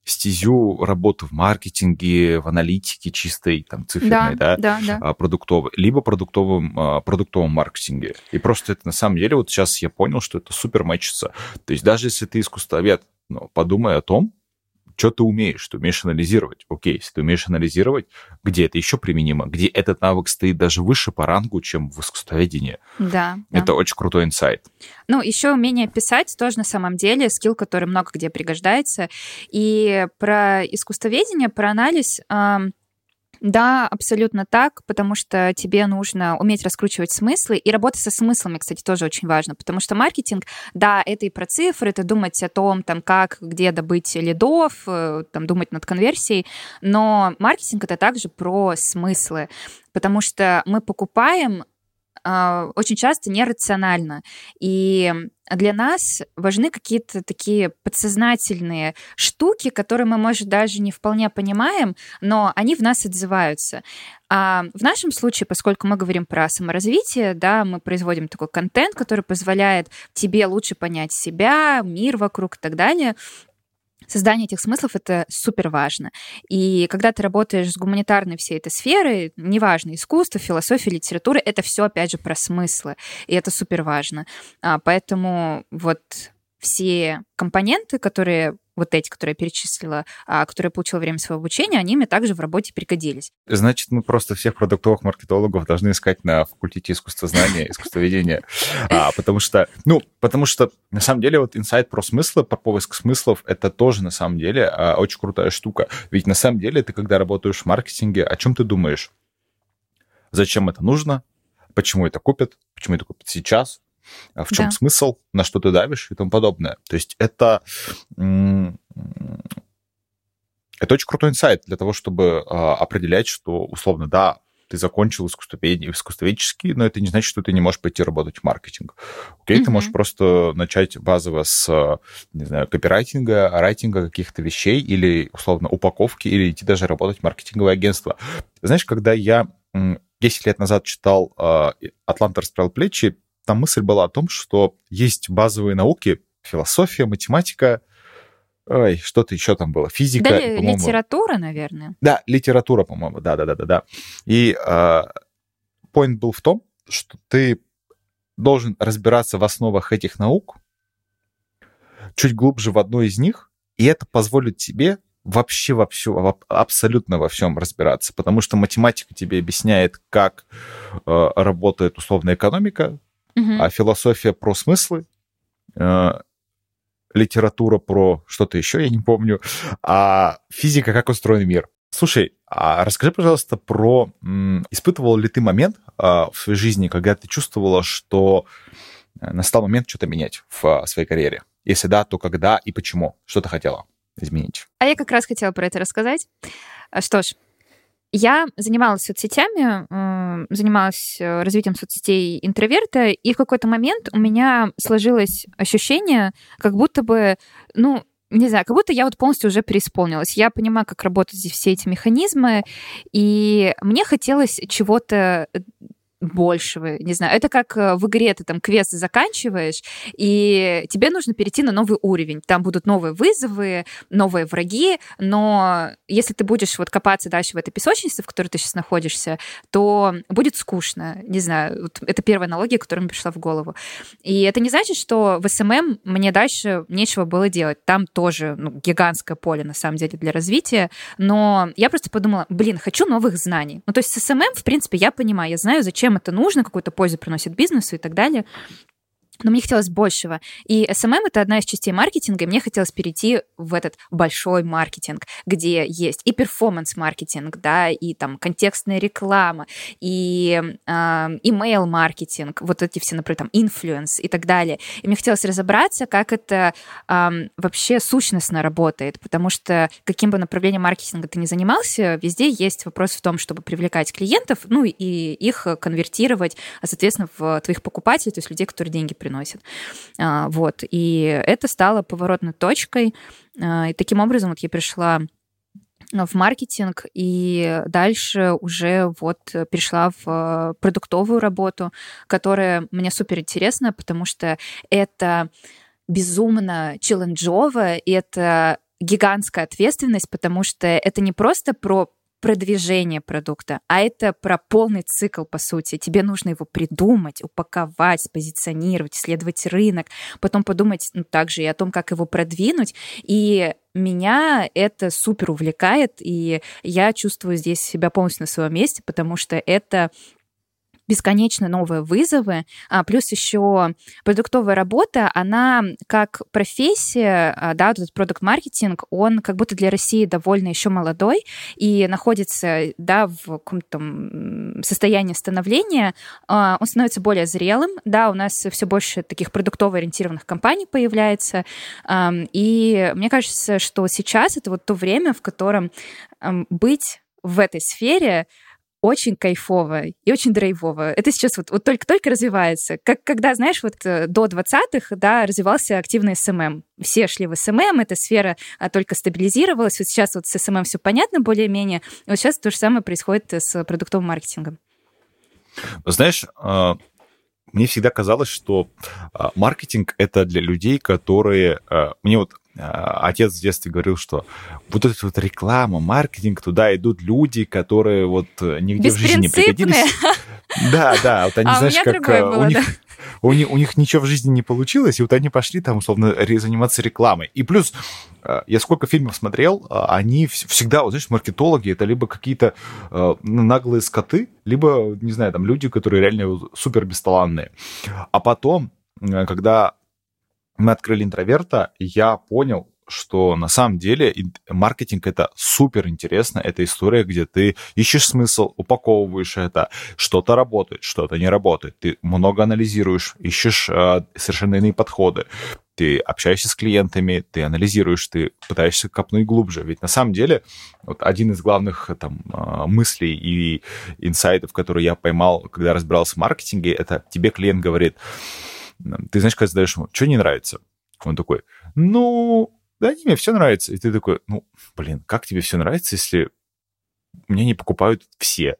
Speaker 2: стезю работы в маркетинге, в аналитике чистой, там, циферной, да,
Speaker 1: да, да, да.
Speaker 2: продуктовой, либо продуктовом, продуктовом маркетинге. И просто это на самом деле, вот сейчас я понял, что это супер мэчится. То есть даже если ты искусствовед, ну, подумай о том, что ты умеешь, ты умеешь анализировать. Окей, если ты умеешь анализировать, где это еще применимо, где этот навык стоит даже выше по рангу, чем в искусствоведении.
Speaker 1: Да.
Speaker 2: Это
Speaker 1: да.
Speaker 2: очень крутой инсайт.
Speaker 1: Ну, еще умение писать тоже на самом деле скилл, который много где пригождается. И про искусствоведение, про анализ... Эм... Да, абсолютно так, потому что тебе нужно уметь раскручивать смыслы, и работа со смыслами, кстати, тоже очень важно, потому что маркетинг, да, это и про цифры, это думать о том, там, как, где добыть лидов, там, думать над конверсией, но маркетинг — это также про смыслы, потому что мы покупаем очень часто нерационально. И для нас важны какие-то такие подсознательные штуки, которые мы, может, даже не вполне понимаем, но они в нас отзываются. А в нашем случае, поскольку мы говорим про саморазвитие, да, мы производим такой контент, который позволяет тебе лучше понять себя, мир вокруг и так далее, создание этих смыслов — это супер важно. И когда ты работаешь с гуманитарной всей этой сферой, неважно, искусство, философия, литература, это все опять же про смыслы, и это супер важно. А, поэтому вот все компоненты, которые вот эти, которые я перечислила, а, которые я получила во время своего обучения, они мне также в работе пригодились.
Speaker 2: Значит, мы просто всех продуктовых маркетологов должны искать на факультете искусствознания, искусствоведения, а, потому что, ну, потому что на самом деле вот инсайт про смыслы, про поиск смыслов, это тоже на самом деле а, очень крутая штука. Ведь на самом деле ты, когда работаешь в маркетинге, о чем ты думаешь? Зачем это нужно? Почему это купят? Почему это купят сейчас? В чем
Speaker 1: да.
Speaker 2: смысл, на что ты давишь и тому подобное. То есть это, это очень крутой инсайт для того, чтобы определять, что, условно, да, ты закончил искусствоведческий, но это не значит, что ты не можешь пойти работать в маркетинг. Окей, mm-hmm. Ты можешь просто начать базово с, не знаю, копирайтинга, райтинга каких-то вещей или, условно, упаковки, или идти даже работать в маркетинговое агентство. Знаешь, когда я десять лет назад читал «Атлант расправил плечи», там мысль была о том, что есть базовые науки, философия, математика, ой, что-то еще там было, физика,
Speaker 1: да,
Speaker 2: по-моему.
Speaker 1: Литература, наверное.
Speaker 2: Да, литература, по-моему, да-да-да-да. И поинт э, был в том, что ты должен разбираться в основах этих наук, чуть глубже в одной из них, и это позволит тебе вообще во всем, абсолютно во всем разбираться, потому что математика тебе объясняет, как э, работает условная экономика, Uh-huh. а философия про смыслы, э, литература про что-то еще, я не помню, а физика, как устроен мир. Слушай, а расскажи, пожалуйста, про... М, испытывал ли ты момент э, в своей жизни, когда ты чувствовала, что настал момент что-то менять в своей карьере? Если да, то когда и почему? Что ты хотела изменить?
Speaker 1: А я как раз хотела про это рассказать. Что ж, я занималась соцсетями, занималась развитием соцсетей интроверта, и в какой-то момент у меня сложилось ощущение, как будто бы, ну, не знаю, как будто я вот полностью уже преисполнилась. Я понимаю, как работают здесь все эти механизмы, и мне хотелось чего-то большего, не знаю. Это как в игре ты там квест заканчиваешь, и тебе нужно перейти на новый уровень. Там будут новые вызовы, новые враги, но если ты будешь вот копаться дальше в этой песочнице, в которой ты сейчас находишься, то будет скучно. Не знаю, вот это первая аналогия, которая мне пришла в голову. И это не значит, что в эс эм эм мне дальше нечего было делать. Там тоже ну, гигантское поле, на самом деле, для развития, но я просто подумала, блин, хочу новых знаний. Ну, то есть с эс эм эм, в принципе, я понимаю, я знаю, зачем это нужно, какую-то пользу приносит бизнесу и так далее. Но мне хотелось большего. И эс эм эм — это одна из частей маркетинга, и мне хотелось перейти в этот большой маркетинг, где есть и перформанс-маркетинг, да, и там контекстная реклама, и э, email-маркетинг, вот эти все, например, там, инфлюенс и так далее. И мне хотелось разобраться, как это э, вообще сущностно работает, потому что каким бы направлением маркетинга ты ни занимался, везде есть вопрос в том, чтобы привлекать клиентов, ну, и их конвертировать, соответственно, в твоих покупателей, то есть людей, которые деньги приносят. приносит. Вот. И это стало поворотной точкой. И таким образом вот я пришла в маркетинг, и дальше уже вот перешла в продуктовую работу, которая мне супер интересна, потому что это безумно челленджово, и это гигантская ответственность, потому что это не просто про продвижение продукта, а это про полный цикл, по сути. Тебе нужно его придумать, упаковать, спозиционировать, исследовать рынок, потом подумать ну, также и о том, как его продвинуть. И меня это супер увлекает, и я чувствую здесь себя полностью на своем месте, потому что это бесконечно новые вызовы, а плюс еще продуктовая работа, она как профессия, да, вот этот продукт-маркетинг, он как будто для России довольно еще молодой и находится, да, в каком-то состоянии становления, он становится более зрелым, да, у нас все больше таких продуктово-ориентированных компаний появляется, и мне кажется, что сейчас это вот то время, в котором быть в этой сфере очень кайфово и очень драйвово. Это сейчас вот, вот только-только развивается. Как когда, знаешь, вот до двадцатых, да, развивался активный эс эм эм. Все шли в эс эм эм, эта сфера а, только стабилизировалась. Вот сейчас вот с эс эм эм все понятно более-менее. И вот сейчас то же самое происходит с продуктовым маркетингом.
Speaker 2: Знаешь, мне всегда казалось, что маркетинг — это для людей, которые... Мне вот отец в детстве говорил, что вот эта вот реклама, маркетинг, туда идут люди, которые вот нигде в жизни не пригодились. Да, да, вот они,
Speaker 1: а
Speaker 2: знаешь, как
Speaker 1: было,
Speaker 2: у них...
Speaker 1: Да.
Speaker 2: У них, у них ничего в жизни не получилось, и вот они пошли там, условно, заниматься рекламой. И плюс, я сколько фильмов смотрел, они всегда, вот, знаешь, маркетологи, это либо какие-то наглые скоты, либо, не знаю, там, люди, которые реально супер бесталанные. А потом, когда мы открыли интроверта, я понял, что на самом деле маркетинг — это супер интересно, это история, где ты ищешь смысл, упаковываешь это, что-то работает, что-то не работает, ты много анализируешь, ищешь э, совершенно иные подходы, ты общаешься с клиентами, ты анализируешь, ты пытаешься копнуть глубже, ведь на самом деле вот один из главных там мыслей и инсайтов, которые я поймал, когда разбирался в маркетинге, это тебе клиент говорит, ты знаешь, когда задаешь ему, что не нравится? Он такой, ну... Да, не, мне все нравится. И ты такой, ну, блин, как тебе все нравится, если меня не покупают все?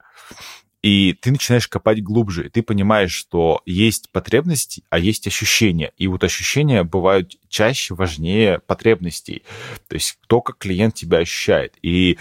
Speaker 2: И ты начинаешь копать глубже, и ты понимаешь, что есть потребности, а есть ощущения. И вот ощущения бывают чаще важнее потребностей. То есть то, как клиент тебя ощущает. И,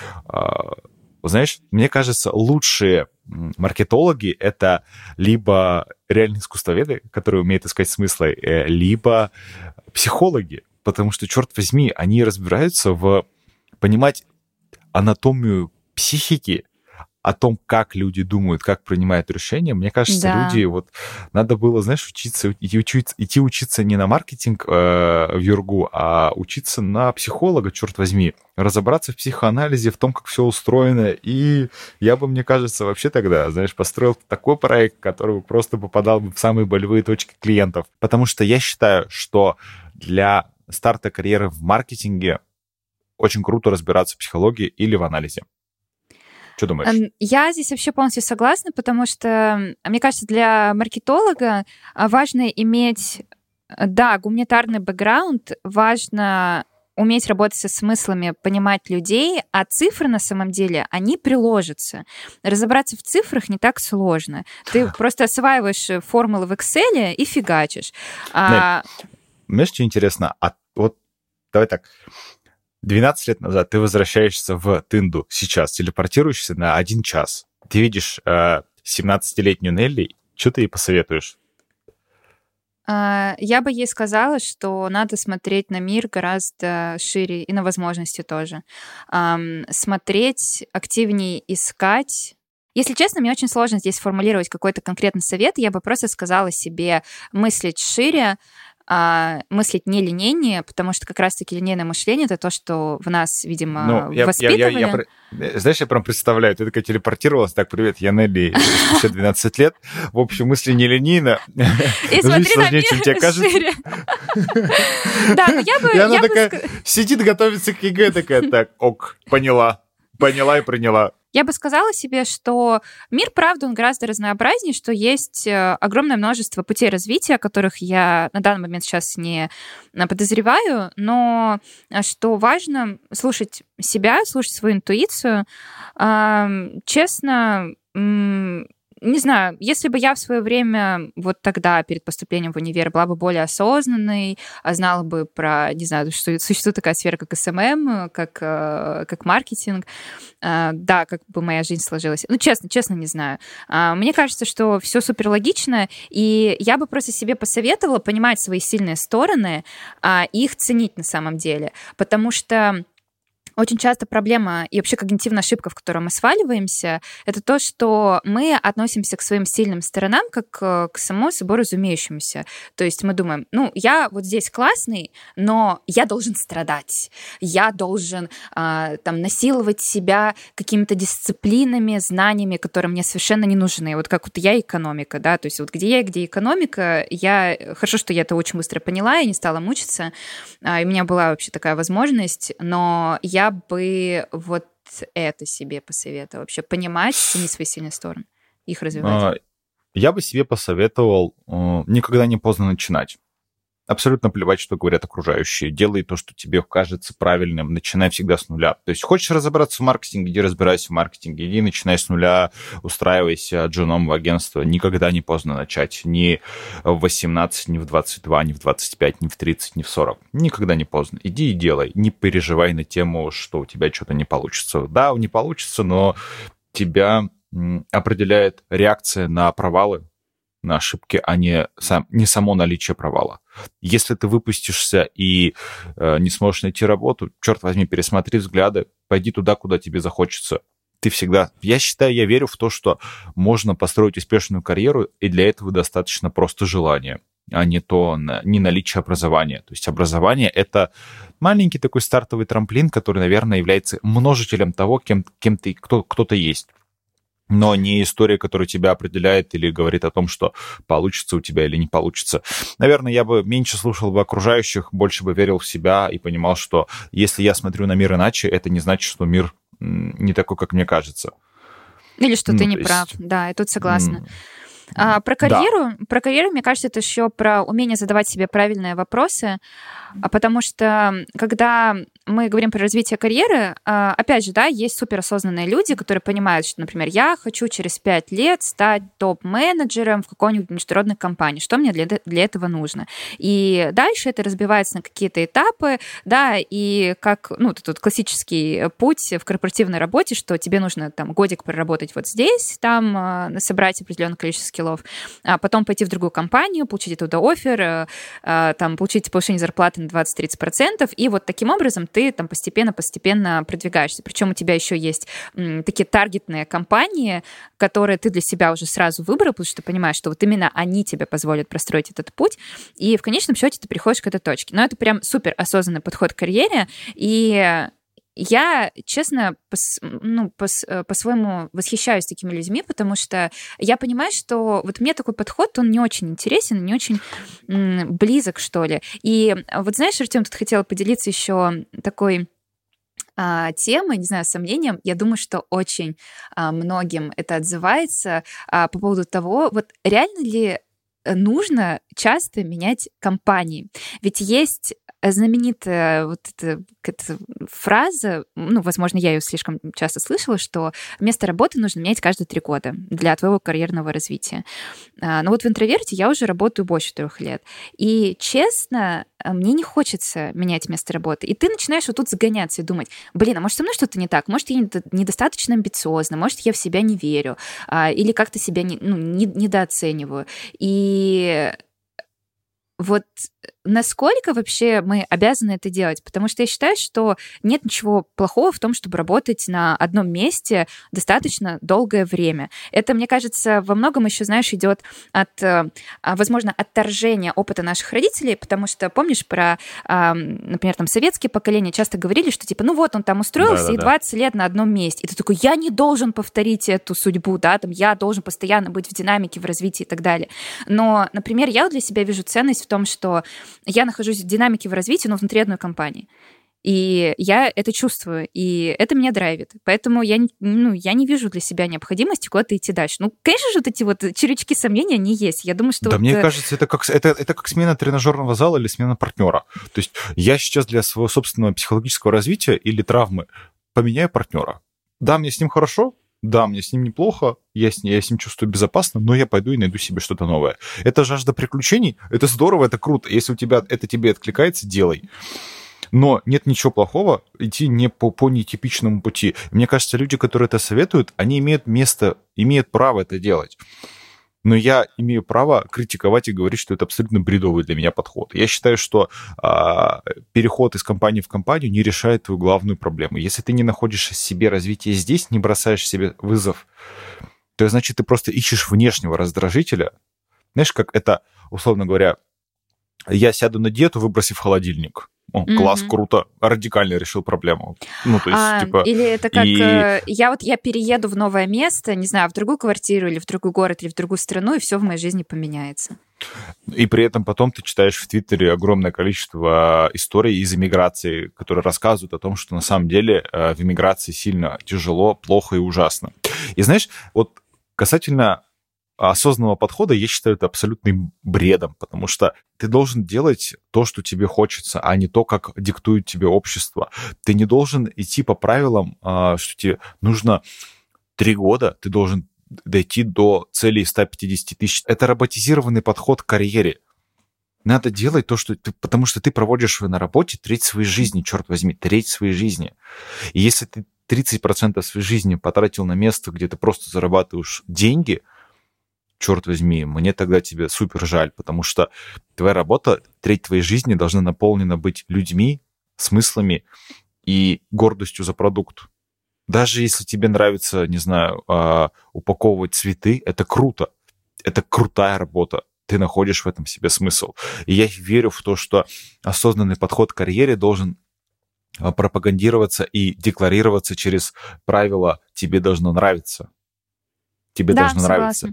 Speaker 2: знаешь, мне кажется, лучшие маркетологи — это либо реальные искусствоведы, которые умеют искать смыслы, либо психологи. Потому что, черт возьми, они разбираются в понимать анатомию психики, о том, как люди думают, как принимают решения. Мне кажется, да. люди, вот надо было, знаешь, учиться, идти учиться, идти учиться не на маркетинг э, в ЮрГУ, а учиться на психолога, черт возьми, разобраться в психоанализе, в том, как все устроено. И я бы, мне кажется, вообще тогда, знаешь, построил такой проект, который просто попадал бы в самые болевые точки клиентов. Потому что я считаю, что для старта карьеры в маркетинге очень круто разбираться в психологии или в анализе. Что думаешь?
Speaker 1: Я здесь вообще полностью согласна, потому что, мне кажется, для маркетолога важно иметь, да, гуманитарный бэкграунд, важно уметь работать со смыслами, понимать людей, а цифры на самом деле, они приложатся. Разобраться в цифрах не так сложно. Ты просто осваиваешь формулы в Excel и фигачишь. А...
Speaker 2: Знаешь, что интересно? А вот давай так. двенадцать лет назад ты возвращаешься в Тынду сейчас, телепортируешься на один час. Ты видишь э, семнадцатилетнюю Нелли, что ты ей посоветуешь?
Speaker 1: Я бы ей сказала, что надо смотреть на мир гораздо шире и на возможности тоже. Смотреть, активнее искать. Если честно, мне очень сложно здесь формулировать какой-то конкретный совет. Я бы просто сказала себе мыслить шире, а мыслить не линейнее, потому что как раз-таки линейное мышление — это то, что в нас, видимо, ну, я, воспитывали.
Speaker 2: Я, я, я, знаешь, я прям представляю, ты такая телепортировалась, так, привет, я Нелли, еще двенадцать лет, в общем, мысли нелинейно, жизнь сложнее, чем тебе кажется.
Speaker 1: Да, но я бы...
Speaker 2: И она такая сидит, готовится к ЕГЭ, такая, так, ок, поняла, поняла и приняла.
Speaker 1: Я бы сказала себе, что мир, правда, он гораздо разнообразнее, что есть огромное множество путей развития, которых я на данный момент сейчас не подозреваю, но что важно слушать себя, слушать свою интуицию. Честно, не знаю, если бы я в свое время вот тогда перед поступлением в универ была бы более осознанной, знала бы про, не знаю, что существует такая сфера, как эс эм эм, как, как маркетинг, да, как бы моя жизнь сложилась. Ну, честно, честно не знаю. Мне кажется, что все супер логично, и я бы просто себе посоветовала понимать свои сильные стороны и их ценить на самом деле, потому что очень часто проблема и вообще когнитивная ошибка, в которую мы сваливаемся, это то, что мы относимся к своим сильным сторонам как к само собой разумеющемуся. То есть мы думаем, ну, я вот здесь классный, но я должен страдать, я должен э, там насиловать себя какими-то дисциплинами, знаниями, которые мне совершенно не нужны. Вот как вот я экономика, да, то есть вот где я, где экономика, я... Хорошо, что я это очень быстро поняла и не стала мучиться, э, и у меня была вообще такая возможность, но я Я бы вот это себе посоветовала. Вообще понимать, ценить свои сильные стороны, их развивать.
Speaker 2: Я бы себе посоветовал никогда не поздно начинать. Абсолютно плевать, что говорят окружающие. Делай то, что тебе кажется правильным. Начинай всегда с нуля. То есть хочешь разобраться в маркетинге, иди разбирайся в маркетинге. Иди начинай с нуля, устраивайся джуном в агентство. Никогда не поздно начать. Ни в восемнадцать, ни в двадцать два, ни в двадцать пять, ни в тридцать, ни в сорок. Никогда не поздно. Иди и делай. Не переживай на тему, что у тебя что-то не получится. Да, не получится, но тебя определяет реакция на провалы, на ошибки, а не, сам, не само наличие провала. Если ты выпустишься и э, не сможешь найти работу, черт возьми, пересмотри взгляды, пойди туда, куда тебе захочется. Ты всегда... Я считаю, я верю в то, что можно построить успешную карьеру, и для этого достаточно просто желания, а не то не наличие образования. То есть образование — это маленький такой стартовый трамплин, который, наверное, является множителем того, кем, кем ты, кто, кто-то есть. Но не история, которая тебя определяет или говорит о том, что получится у тебя или не получится. Наверное, я бы меньше слушал бы окружающих, больше бы верил в себя и понимал, что если я смотрю на мир иначе, это не значит, что мир не такой, как мне кажется.
Speaker 1: Или что ну, ты не
Speaker 2: есть...
Speaker 1: прав. Да, я тут согласна. А, про карьеру, да. про карьеру, мне кажется, это еще про умение задавать себе правильные вопросы, потому что когда мы говорим про развитие карьеры, опять же, да, есть суперосознанные люди, которые понимают, что, например, я хочу через пять лет стать топ-менеджером в какой-нибудь международной компании, что мне для, для этого нужно. И дальше это разбивается на какие-то этапы, да, и как, ну, тут классический путь в корпоративной работе, что тебе нужно там годик проработать вот здесь, там собрать определенное количество скиллов, а потом пойти в другую компанию, получить оттуда оффер, там, получить повышение зарплаты на двадцать-тридцать процентов, и вот таким образом ты там постепенно-постепенно продвигаешься. Причем у тебя еще есть м, такие таргетные компании, которые ты для себя уже сразу выбрал, потому что ты понимаешь, что вот именно они тебе позволят простроить этот путь, и в конечном счете ты приходишь к этой точке. Но это прям супер осознанный подход к карьере, и я, честно, по, ну, по, по-своему восхищаюсь такими людьми, потому что я понимаю, что вот мне такой подход, он не очень интересен, не очень м, близок, что ли. И вот знаешь, Артём, тут хотела поделиться еще такой а, темой, не знаю, сомнением. Я думаю, что очень а, многим это отзывается а, по поводу того, вот реально ли нужно часто менять компании. Ведь есть знаменитая вот эта, эта фраза, ну, возможно, я ее слишком часто слышала, что место работы нужно менять каждые три года для твоего карьерного развития. Но вот в интроверте я уже работаю больше трех лет. И, честно, мне не хочется менять место работы. И ты начинаешь вот тут загоняться и думать, блин, а может, со мной что-то не так? Может, я недостаточно амбициозна? Может, я в себя не верю? Или как-то себя не, ну, недооцениваю? И вот насколько вообще мы обязаны это делать? Потому что я считаю, что нет ничего плохого в том, чтобы работать на одном месте достаточно долгое время. Это, мне кажется, во многом еще, знаешь, идет от, возможно, отторжения опыта наших родителей, потому что, помнишь, про, например, там, советские поколения часто говорили, что, типа, ну вот, он там устроился, да, да, и двадцать да. лет на одном месте. И ты такой, я не должен повторить эту судьбу, да, там, я должен постоянно быть в динамике, в развитии и так далее. Но, например, я для себя вижу ценность в том, что я нахожусь в динамике, в развитии, но внутри одной компании. И я это чувствую, и это меня драйвит. Поэтому я, ну, я не вижу для себя необходимости куда-то идти дальше. Ну, конечно же, вот эти вот червячки сомнений, они есть. Я думаю, что...
Speaker 2: Да,
Speaker 1: вот...
Speaker 2: мне кажется, это как, это, это как смена тренажерного зала или смена партнера. То есть я сейчас для своего собственного психологического развития или травмы поменяю партнера. Да, мне с ним хорошо, да, мне с ним неплохо, я с, я с ним чувствую безопасно, но я пойду и найду себе что-то новое. Это жажда приключений, это здорово, это круто. Если у тебя это тебе откликается, делай. Но нет ничего плохого идти не по, по нетипичному пути. Мне кажется, люди, которые это советуют, они имеют место, имеют право это делать. Но я имею право критиковать и говорить, что это абсолютно бредовый для меня подход. Я считаю, что а, переход из компании в компанию не решает твою главную проблему. Если ты не находишь в себе развитие здесь, не бросаешь себе вызов, то значит, ты просто ищешь внешнего раздражителя. Знаешь, как это, условно говоря, я сяду на диету, выбросив холодильник. О, mm-hmm. Класс, круто, радикально решил проблему. Ну, то есть,
Speaker 1: а,
Speaker 2: типа...
Speaker 1: Или это как...
Speaker 2: И...
Speaker 1: Я вот я перееду в новое место, не знаю, в другую квартиру или в другой город, или в другую страну, и все в моей жизни поменяется.
Speaker 2: И при этом потом ты читаешь в Твиттере огромное количество историй из эмиграции, которые рассказывают о том, что на самом деле в эмиграции сильно тяжело, плохо и ужасно. И знаешь, вот касательно осознанного подхода, я считаю это абсолютным бредом, потому что ты должен делать то, что тебе хочется, а не то, как диктует тебе общество. Ты не должен идти по правилам, что тебе нужно три года, ты должен дойти до цели сто пятьдесят тысяч. Это роботизированный подход к карьере. Надо делать то, что ты... Потому что ты проводишь на работе треть своей жизни, черт возьми, треть своей жизни. И если ты тридцать процентов своей жизни потратил на место, где ты просто зарабатываешь деньги, черт возьми, мне тогда тебе супер жаль, потому что твоя работа, треть твоей жизни должна наполнена быть людьми, смыслами и гордостью за продукт. Даже если тебе нравится, не знаю, упаковывать цветы, это круто. Это крутая работа. Ты находишь в этом себе смысл. И я верю в то, что осознанный подход к карьере должен пропагандироваться и декларироваться через правила «тебе должно нравиться». Тебе
Speaker 1: да,
Speaker 2: должно
Speaker 1: согласна.
Speaker 2: нравиться.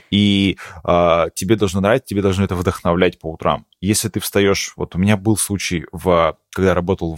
Speaker 2: И э, тебе должно нравиться, тебе должно это вдохновлять по утрам. Если ты встаешь... Вот у меня был случай, в, когда я работал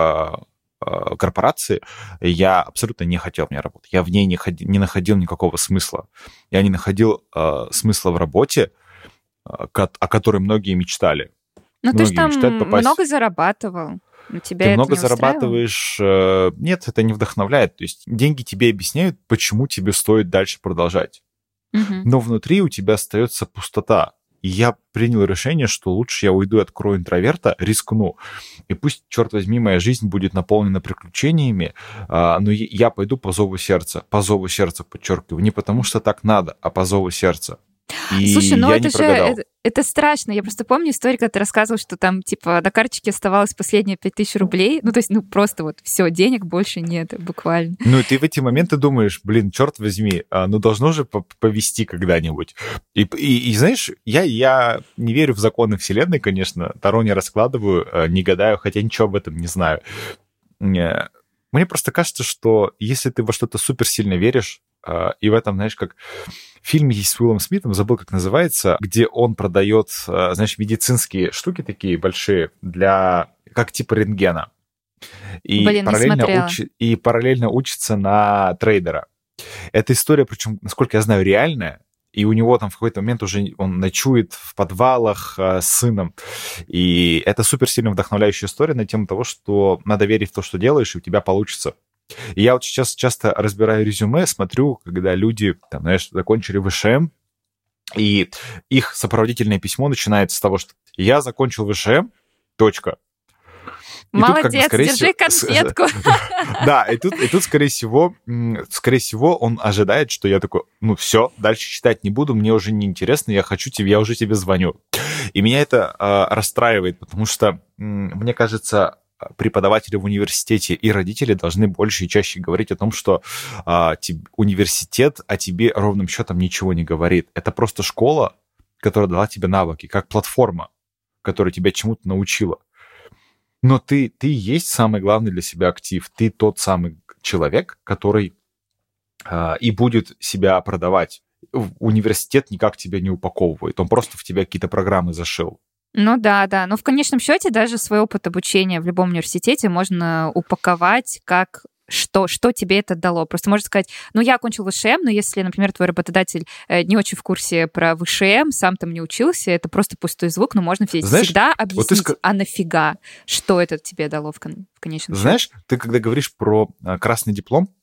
Speaker 2: в э, корпорации, я абсолютно не хотел в ней работать. Я в ней не, ходи, не находил никакого смысла. Я не находил э, смысла в работе, э, о которой многие мечтали.
Speaker 1: Ну ты же там попасть... много зарабатывал. Тебя
Speaker 2: ты много зарабатываешь. Нет, это не вдохновляет. То есть деньги тебе объясняют, почему тебе стоит дальше продолжать.
Speaker 1: Угу.
Speaker 2: Но внутри у тебя остается пустота. И я принял решение, что лучше я уйду и открою интроверта, рискну. И пусть, черт возьми, моя жизнь будет наполнена приключениями, но я пойду по зову сердца. По зову сердца, подчеркиваю. Не потому что так надо, а по зову сердца. И
Speaker 1: Слушай, ну
Speaker 2: я
Speaker 1: это
Speaker 2: не
Speaker 1: же
Speaker 2: прогадал.
Speaker 1: это, это страшно. Я просто помню историю, когда ты рассказывал, что там, типа, на карточке оставалось последние пять тысяч рублей. Ну, то есть, ну, просто вот все, денег больше нет, буквально.
Speaker 2: Ну, и ты в эти моменты думаешь, блин, черт возьми, ну, должно же повести когда-нибудь. И, и, и знаешь, я, я не верю в законы вселенной, конечно, Таро не раскладываю, не гадаю, хотя ничего об этом не знаю. Мне просто кажется, что если ты во что-то суперсильно веришь, и в этом, знаешь, как... Фильм есть с Уиллом Смитом, забыл, как называется, где он продает, знаешь, медицинские штуки такие большие для, как типа рентгена. И,
Speaker 1: Блин,
Speaker 2: параллельно, уч... и параллельно учится на трейдера. Эта история, причем, насколько я знаю, реальная. И у него там в какой-то момент уже он ночует в подвалах э, с сыном. И это суперсильно вдохновляющая история на тему того, что надо верить в то, что делаешь, и у тебя получится. И я вот сейчас часто разбираю резюме, смотрю, когда люди, там, знаешь, закончили ВШМ, и их сопроводительное письмо начинается с того, что я закончил ВШМ, точка.
Speaker 1: И молодец, тут, как бы, держи всего... конфетку.
Speaker 2: Да, и тут, и тут, скорее всего, скорее всего, он ожидает, что я такой, ну все, дальше читать не буду, мне уже не интересно, я хочу тебе, я уже тебе звоню. И меня это э, расстраивает, потому что, э, мне кажется, преподаватели в университете и родители должны больше и чаще говорить о том, что а, тебе, университет о тебе ровным счетом ничего не говорит. Это просто школа, которая дала тебе навыки, как платформа, которая тебя чему-то научила. Но ты, ты есть самый главный для себя актив. Ты тот самый человек, который а, и будет себя продавать. Университет никак тебя не упаковывает. Он просто в тебя какие-то программы зашил.
Speaker 1: Ну да, да. Но в конечном счете даже свой опыт обучения в любом университете можно упаковать как что, что тебе это дало. Просто можно сказать, ну я окончил ВШМ, но если, например, твой работодатель не очень в курсе про ВШМ, сам там не учился, это просто пустой звук, но можно Знаешь, всегда объяснить, вот ты... а нафига, что это тебе дало в, кон... в конечном счете.
Speaker 2: Знаешь, ты когда говоришь про красный диплом,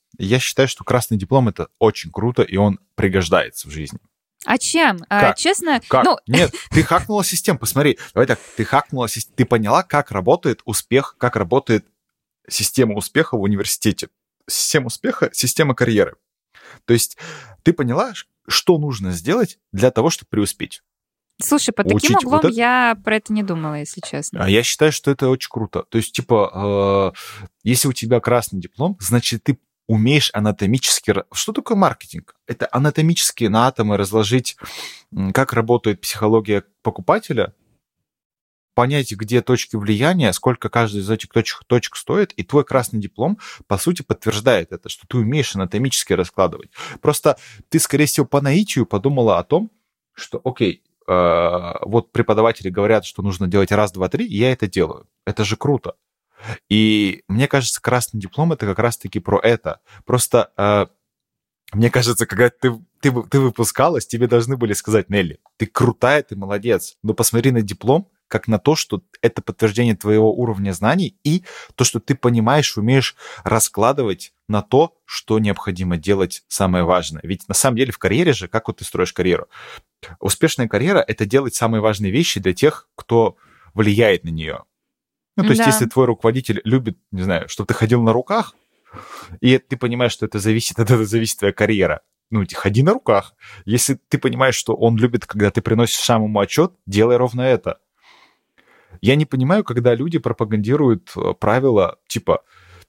Speaker 2: я считаю, что красный диплом — это очень круто, и он пригождается в жизни.
Speaker 1: А чем?
Speaker 2: Как?
Speaker 1: А, честно?
Speaker 2: Как?
Speaker 1: Ну...
Speaker 2: Нет, ты хакнула систему. Посмотри, давай так, ты хакнула систему. Ты поняла, как работает успех, как работает система успеха в университете. Система успеха — система карьеры. То есть ты поняла, что нужно сделать для того, чтобы преуспеть.
Speaker 1: Слушай, под
Speaker 2: Учить
Speaker 1: таким углом
Speaker 2: вот это...
Speaker 1: я про это не думала, если честно.
Speaker 2: А я считаю, что это очень круто. То есть, типа, э, если у тебя красный диплом, значит, ты умеешь анатомически... Что такое маркетинг? Это анатомически на атомы разложить, как работает психология покупателя, понять, где точки влияния, сколько каждая из этих точек, точек стоит, и твой красный диплом, по сути, подтверждает это, что ты умеешь анатомически раскладывать. Просто ты, скорее всего, по наитию подумала о том, что, окей, э, вот преподаватели говорят, что нужно делать раз, два, три, и я это делаю. Это же круто. И мне кажется, красный диплом — это как раз-таки про это. Просто э, мне кажется, когда ты, ты, ты выпускалась, тебе должны были сказать: Нелли, ты крутая, ты молодец, но посмотри на диплом как на то, что это подтверждение твоего уровня знаний и то, что ты понимаешь, умеешь раскладывать на то, что необходимо делать самое важное. Ведь на самом деле в карьере же, как вот ты строишь карьеру? Успешная карьера — это делать самые важные вещи для тех, кто влияет на нее. Ну, то есть, да. Если твой руководитель любит, не знаю, чтобы ты ходил на руках, и ты понимаешь, что это зависит, от этого зависит твоя карьера, ну, ходи на руках. Если ты понимаешь, что он любит, когда ты приносишь сам ему отчет, делай ровно это. Я не понимаю, когда люди пропагандируют правила типа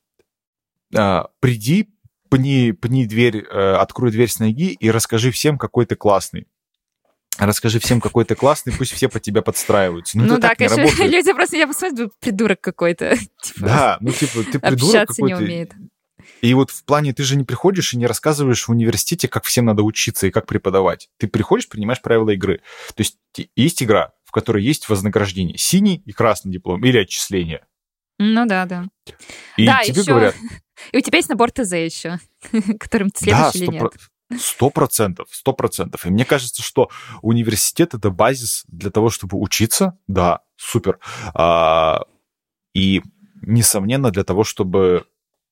Speaker 2: «приди, пни, пни дверь, открой дверь с ноги и расскажи всем, какой ты классный». Расскажи всем, какой ты классный, пусть все под тебя подстраиваются. Ну,
Speaker 1: ну
Speaker 2: это
Speaker 1: да,
Speaker 2: так
Speaker 1: конечно,
Speaker 2: не работает.
Speaker 1: Люди просто, я посмотрю, придурок какой-то. Типа,
Speaker 2: да, ну типа ты придурок
Speaker 1: общаться
Speaker 2: какой-то.
Speaker 1: не умеет.
Speaker 2: И вот в плане ты же не приходишь и не рассказываешь в университете, как всем надо учиться и как преподавать. Ты приходишь, принимаешь правила игры. То есть есть игра, в которой есть вознаграждение. Синий и красный диплом или отчисление.
Speaker 1: Ну да, да.
Speaker 2: И
Speaker 1: да,
Speaker 2: тебе
Speaker 1: еще...
Speaker 2: говорят...
Speaker 1: И у тебя есть набор ТЗ еще, которым ты следуешь
Speaker 2: да,
Speaker 1: или нет.
Speaker 2: Сто процентов, сто процентов. И мне кажется, что университет — это базис для того, чтобы учиться. Да, супер. А, и, несомненно, для того, чтобы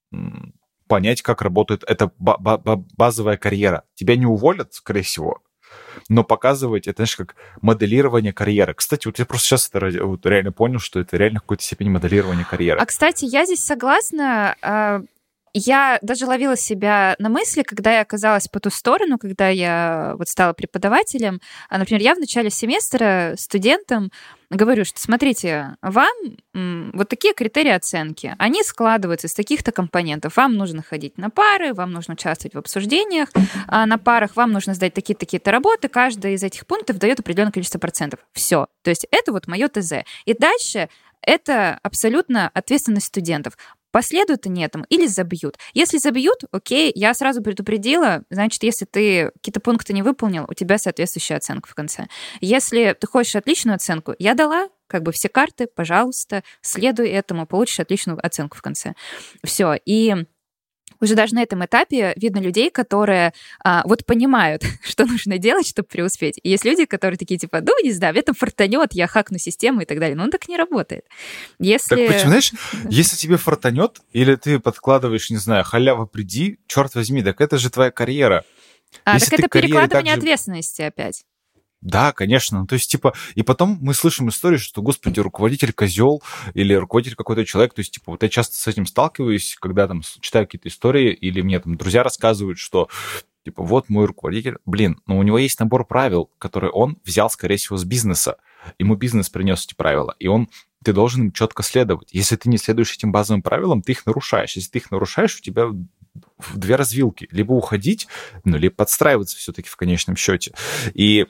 Speaker 2: понять, как работает эта базовая карьера. Тебя не уволят, скорее всего, но показывать это, знаешь, как моделирование карьеры. Кстати, вот я просто сейчас это вот реально понял, что это реально в какой-то степени моделирование карьеры.
Speaker 1: А, кстати, я здесь согласна. Я даже ловила себя на мысли, когда я оказалась по ту сторону, когда я вот стала преподавателем. Например, я в начале семестра студентам говорю, что смотрите, вам вот такие критерии оценки, они складываются из таких-то компонентов. Вам нужно ходить на пары, вам нужно участвовать в обсуждениях на парах, вам нужно сдать такие-то, такие-то работы. Каждый из этих пунктов дает определенное количество процентов. Все. То есть это вот мое ТЗ. И дальше это абсолютно ответственность студентов. Последуют они этому или забьют. Если забьют, окей, я сразу предупредила, значит, если ты какие-то пункты не выполнил, у тебя соответствующая оценка в конце. Если ты хочешь отличную оценку, я дала как бы все карты, пожалуйста, следуй этому, получишь отличную оценку в конце. Все. И уже даже на этом этапе видно людей, которые а, вот понимают, что нужно делать, чтобы преуспеть. И есть люди, которые такие, типа, ну, не знаю, это фартанет, я хакну систему и так далее. Но он так не работает. Если...
Speaker 2: Так, понимаешь, если тебе фартанет, или ты подкладываешь, не знаю, халява приди, черт возьми, так это же твоя карьера.
Speaker 1: А,
Speaker 2: если
Speaker 1: так это перекладывание
Speaker 2: также...
Speaker 1: ответственности опять.
Speaker 2: Да, конечно. То есть, типа, и потом мы слышим историю, что, господи, руководитель козел или руководитель какой-то человек. То есть, типа, вот я часто с этим сталкиваюсь, когда там читаю какие-то истории, или мне там друзья рассказывают, что, типа, вот мой руководитель, блин, но у него есть набор правил, которые он взял, скорее всего, с бизнеса. Ему бизнес принес эти правила, и он, ты должен им четко следовать. Если ты не следуешь этим базовым правилам, ты их нарушаешь. Если ты их нарушаешь, у тебя в две развилки. Либо уходить, ну, либо подстраиваться все-таки в конечном счете. И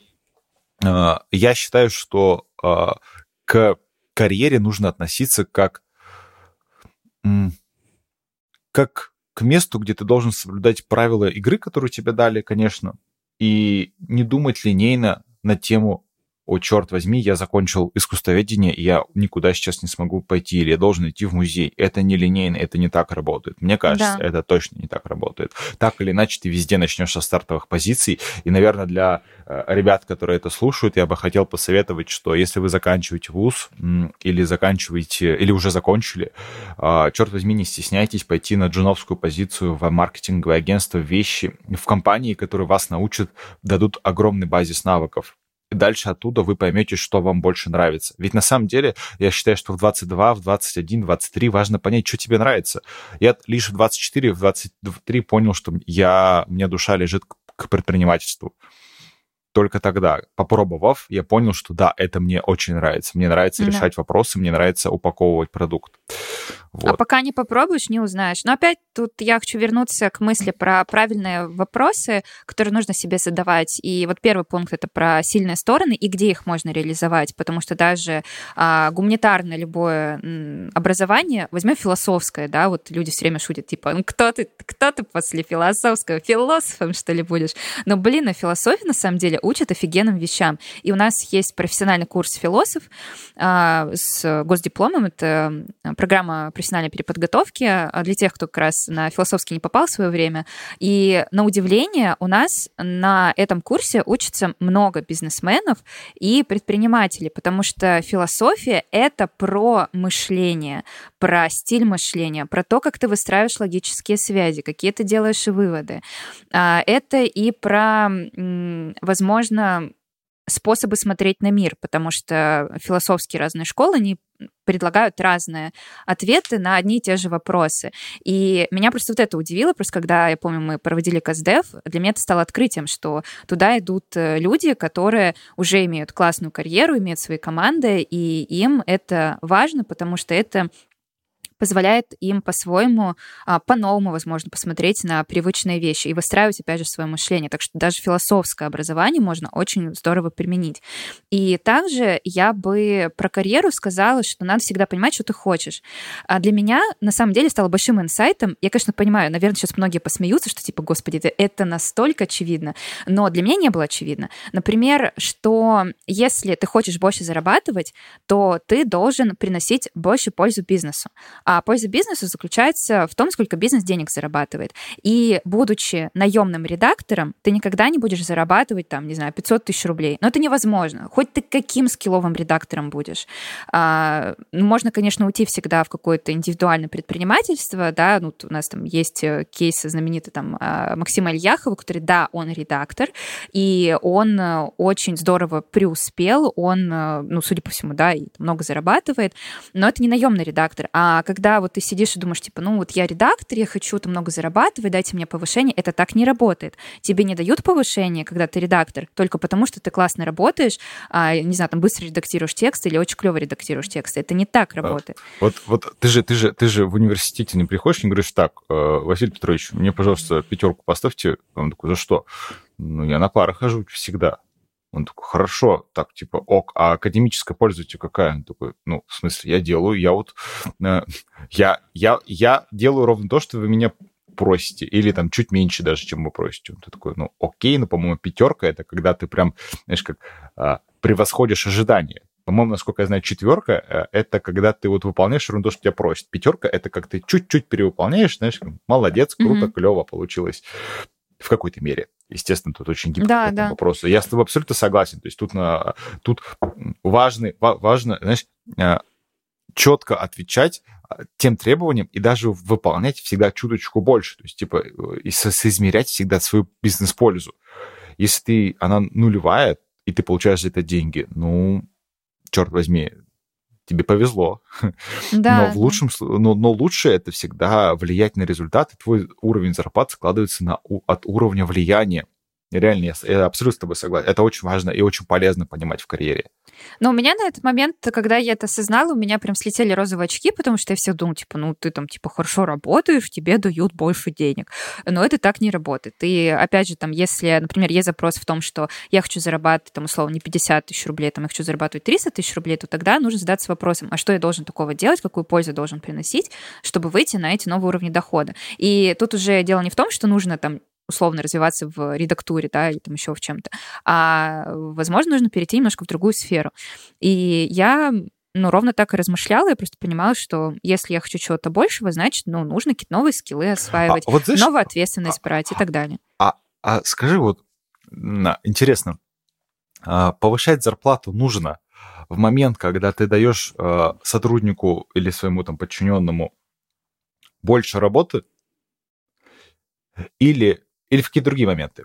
Speaker 2: я считаю, что к карьере нужно относиться как, как к месту, где ты должен соблюдать правила игры, которые тебе дали, конечно, и не думать линейно на тему о, черт возьми, я закончил искусствоведение, и я никуда сейчас не смогу пойти, или я должен идти в музей. Это не линейно, это не так работает. Мне кажется, да. это точно не так работает. Так или иначе, ты везде начнешь со стартовых позиций, и, наверное, для ребят, которые это слушают, я бы хотел посоветовать, что если вы заканчиваете вуз или заканчиваете, или уже закончили, черт возьми, не стесняйтесь пойти на джуновскую позицию в маркетинговое агентство, вещи, в компании, которые вас научат, дадут огромный базис навыков. И дальше оттуда вы поймете, что вам больше нравится. Ведь на самом деле, я считаю, что в двадцать два, в двадцать один, в двадцать три важно понять, что тебе нравится. Я лишь в двадцать четыре, в двадцать три понял, что я, у меня душа лежит к предпринимательству. Только тогда, попробовав, я понял, что да, это мне очень нравится. Мне нравится да. решать вопросы, мне нравится упаковывать продукт. Вот.
Speaker 1: А пока не попробуешь, не узнаешь. Но опять тут я хочу вернуться к мысли про правильные вопросы, которые нужно себе задавать. И вот первый пункт — это про сильные стороны и где их можно реализовать. Потому что даже а, гуманитарное любое м, образование, возьмем философское, да, вот люди все время шутят, типа, ну кто ты, кто ты после философского? Философом, что ли, будешь? Но, блин, а философия, на самом деле, учат офигенным вещам. И у нас есть профессиональный курс философ а, с госдипломом. Это программа профессиональной переподготовки для тех, кто как раз на философский не попал в свое время. И на удивление у нас на этом курсе учатся много бизнесменов и предпринимателей, потому что философия — это про мышление, про стиль мышления, про то, как ты выстраиваешь логические связи, какие ты делаешь выводы. Это и про, возможно, способы смотреть на мир, потому что философские разные школы, они предлагают разные ответы на одни и те же вопросы. И меня просто вот это удивило, просто когда, я помню, мы проводили КСДФ, для меня это стало открытием, что туда идут люди, которые уже имеют классную карьеру, имеют свои команды, и им это важно, потому что это позволяет им по-своему, по-новому, возможно, посмотреть на привычные вещи и выстраивать, опять же, свое мышление. Так что даже философское образование можно очень здорово применить. И также я бы про карьеру сказала, что надо всегда понимать, что ты хочешь. А для меня, на самом деле, стало большим инсайтом. Я, конечно, понимаю, наверное, сейчас многие посмеются, что типа, господи, это, это настолько очевидно. Но для меня не было очевидно. Например, что если ты хочешь больше зарабатывать, то ты должен приносить больше пользу бизнесу. А польза бизнесу заключается в том, сколько бизнес денег зарабатывает. И будучи наемным редактором, ты никогда не будешь зарабатывать, там, не знаю, пятьсот тысяч рублей. Но это невозможно. Хоть ты каким скилловым редактором будешь. А, можно, конечно, уйти всегда в какое-то индивидуальное предпринимательство. Да? Ну, у нас там есть кейсы знаменитый там, Максима Ильяхова, который, да, он редактор, и он очень здорово преуспел. Он, ну, судя по всему, да, и много зарабатывает. Но это не наемный редактор. А как когда вот ты сидишь и думаешь, типа, ну вот я редактор, я хочу там много зарабатывать, дайте мне повышение, это так не работает. Тебе не дают повышение, когда ты редактор, только потому что ты классно работаешь, а, не знаю, там быстро редактируешь тексты или очень клево редактируешь тексты. Это не так работает.
Speaker 2: Вот, вот ты же, ты же, ты же в университете не приходишь, не говоришь, так, Василий Петрович, мне, пожалуйста, пятерку поставьте. Он такой, за что? Ну, я на пары хожу всегда. Он такой, хорошо, так, типа, ок, а академическая польза у тебя какая? Он такой, ну, в смысле, я делаю, я вот, э, я, я, я делаю ровно то, что вы меня просите, или там чуть меньше даже, чем вы просите. Он такой, ну, окей, ну, по-моему, пятерка — это когда ты прям, знаешь, как э, превосходишь ожидания. По-моему, насколько я знаю, четверка э, — это когда ты вот выполняешь ровно то, что тебя просят. Пятерка — это как ты чуть-чуть перевыполняешь, знаешь, молодец, круто, mm-hmm. клево получилось в какой-то мере. Естественно, тут очень гибко
Speaker 1: да,
Speaker 2: к этому
Speaker 1: да.
Speaker 2: вопросу. Я с тобой абсолютно согласен. То есть тут, на, тут важно, важно, знаешь, четко отвечать тем требованиям и даже выполнять всегда чуточку больше. То есть, типа, и соизмерять всегда свою бизнес-пользу. Если ты, она нулевая, и ты получаешь за это деньги, ну, черт возьми, тебе повезло.
Speaker 1: Да,
Speaker 2: но, в лучшем, да. но, но лучше это всегда влиять на результаты. Твой уровень зарплаты складывается на, от уровня влияния. Реально, я, я абсолютно с тобой согласен. Это очень важно и очень полезно понимать в карьере.
Speaker 1: Но у меня на этот момент, когда я это осознала, у меня прям слетели розовые очки, потому что я всегда думала, типа, ну, ты там, типа, хорошо работаешь, тебе дают больше денег. Но это так не работает. И, опять же, там, если, например, есть запрос в том, что я хочу зарабатывать, там, условно, не пятьдесят тысяч рублей, там, я хочу зарабатывать триста тысяч рублей, то тогда нужно задаться вопросом, а что я должен такого делать, какую пользу должен приносить, чтобы выйти на эти новые уровни дохода. И тут уже дело не в том, что нужно, там, условно развиваться в редактуре, да, или там еще в чем-то. А, возможно, нужно перейти немножко в другую сферу. И я, ну, ровно так и размышляла, я просто понимала, что если я хочу чего-то большего, значит, ну, нужно какие-то новые скиллы осваивать,
Speaker 2: а, вот, знаешь,
Speaker 1: новую ответственность
Speaker 2: а,
Speaker 1: брать и так далее.
Speaker 2: А, а скажи, вот, интересно, повышать зарплату нужно в момент, когда ты даешь сотруднику или своему там подчиненному больше работы, или, или в какие-то другие моменты?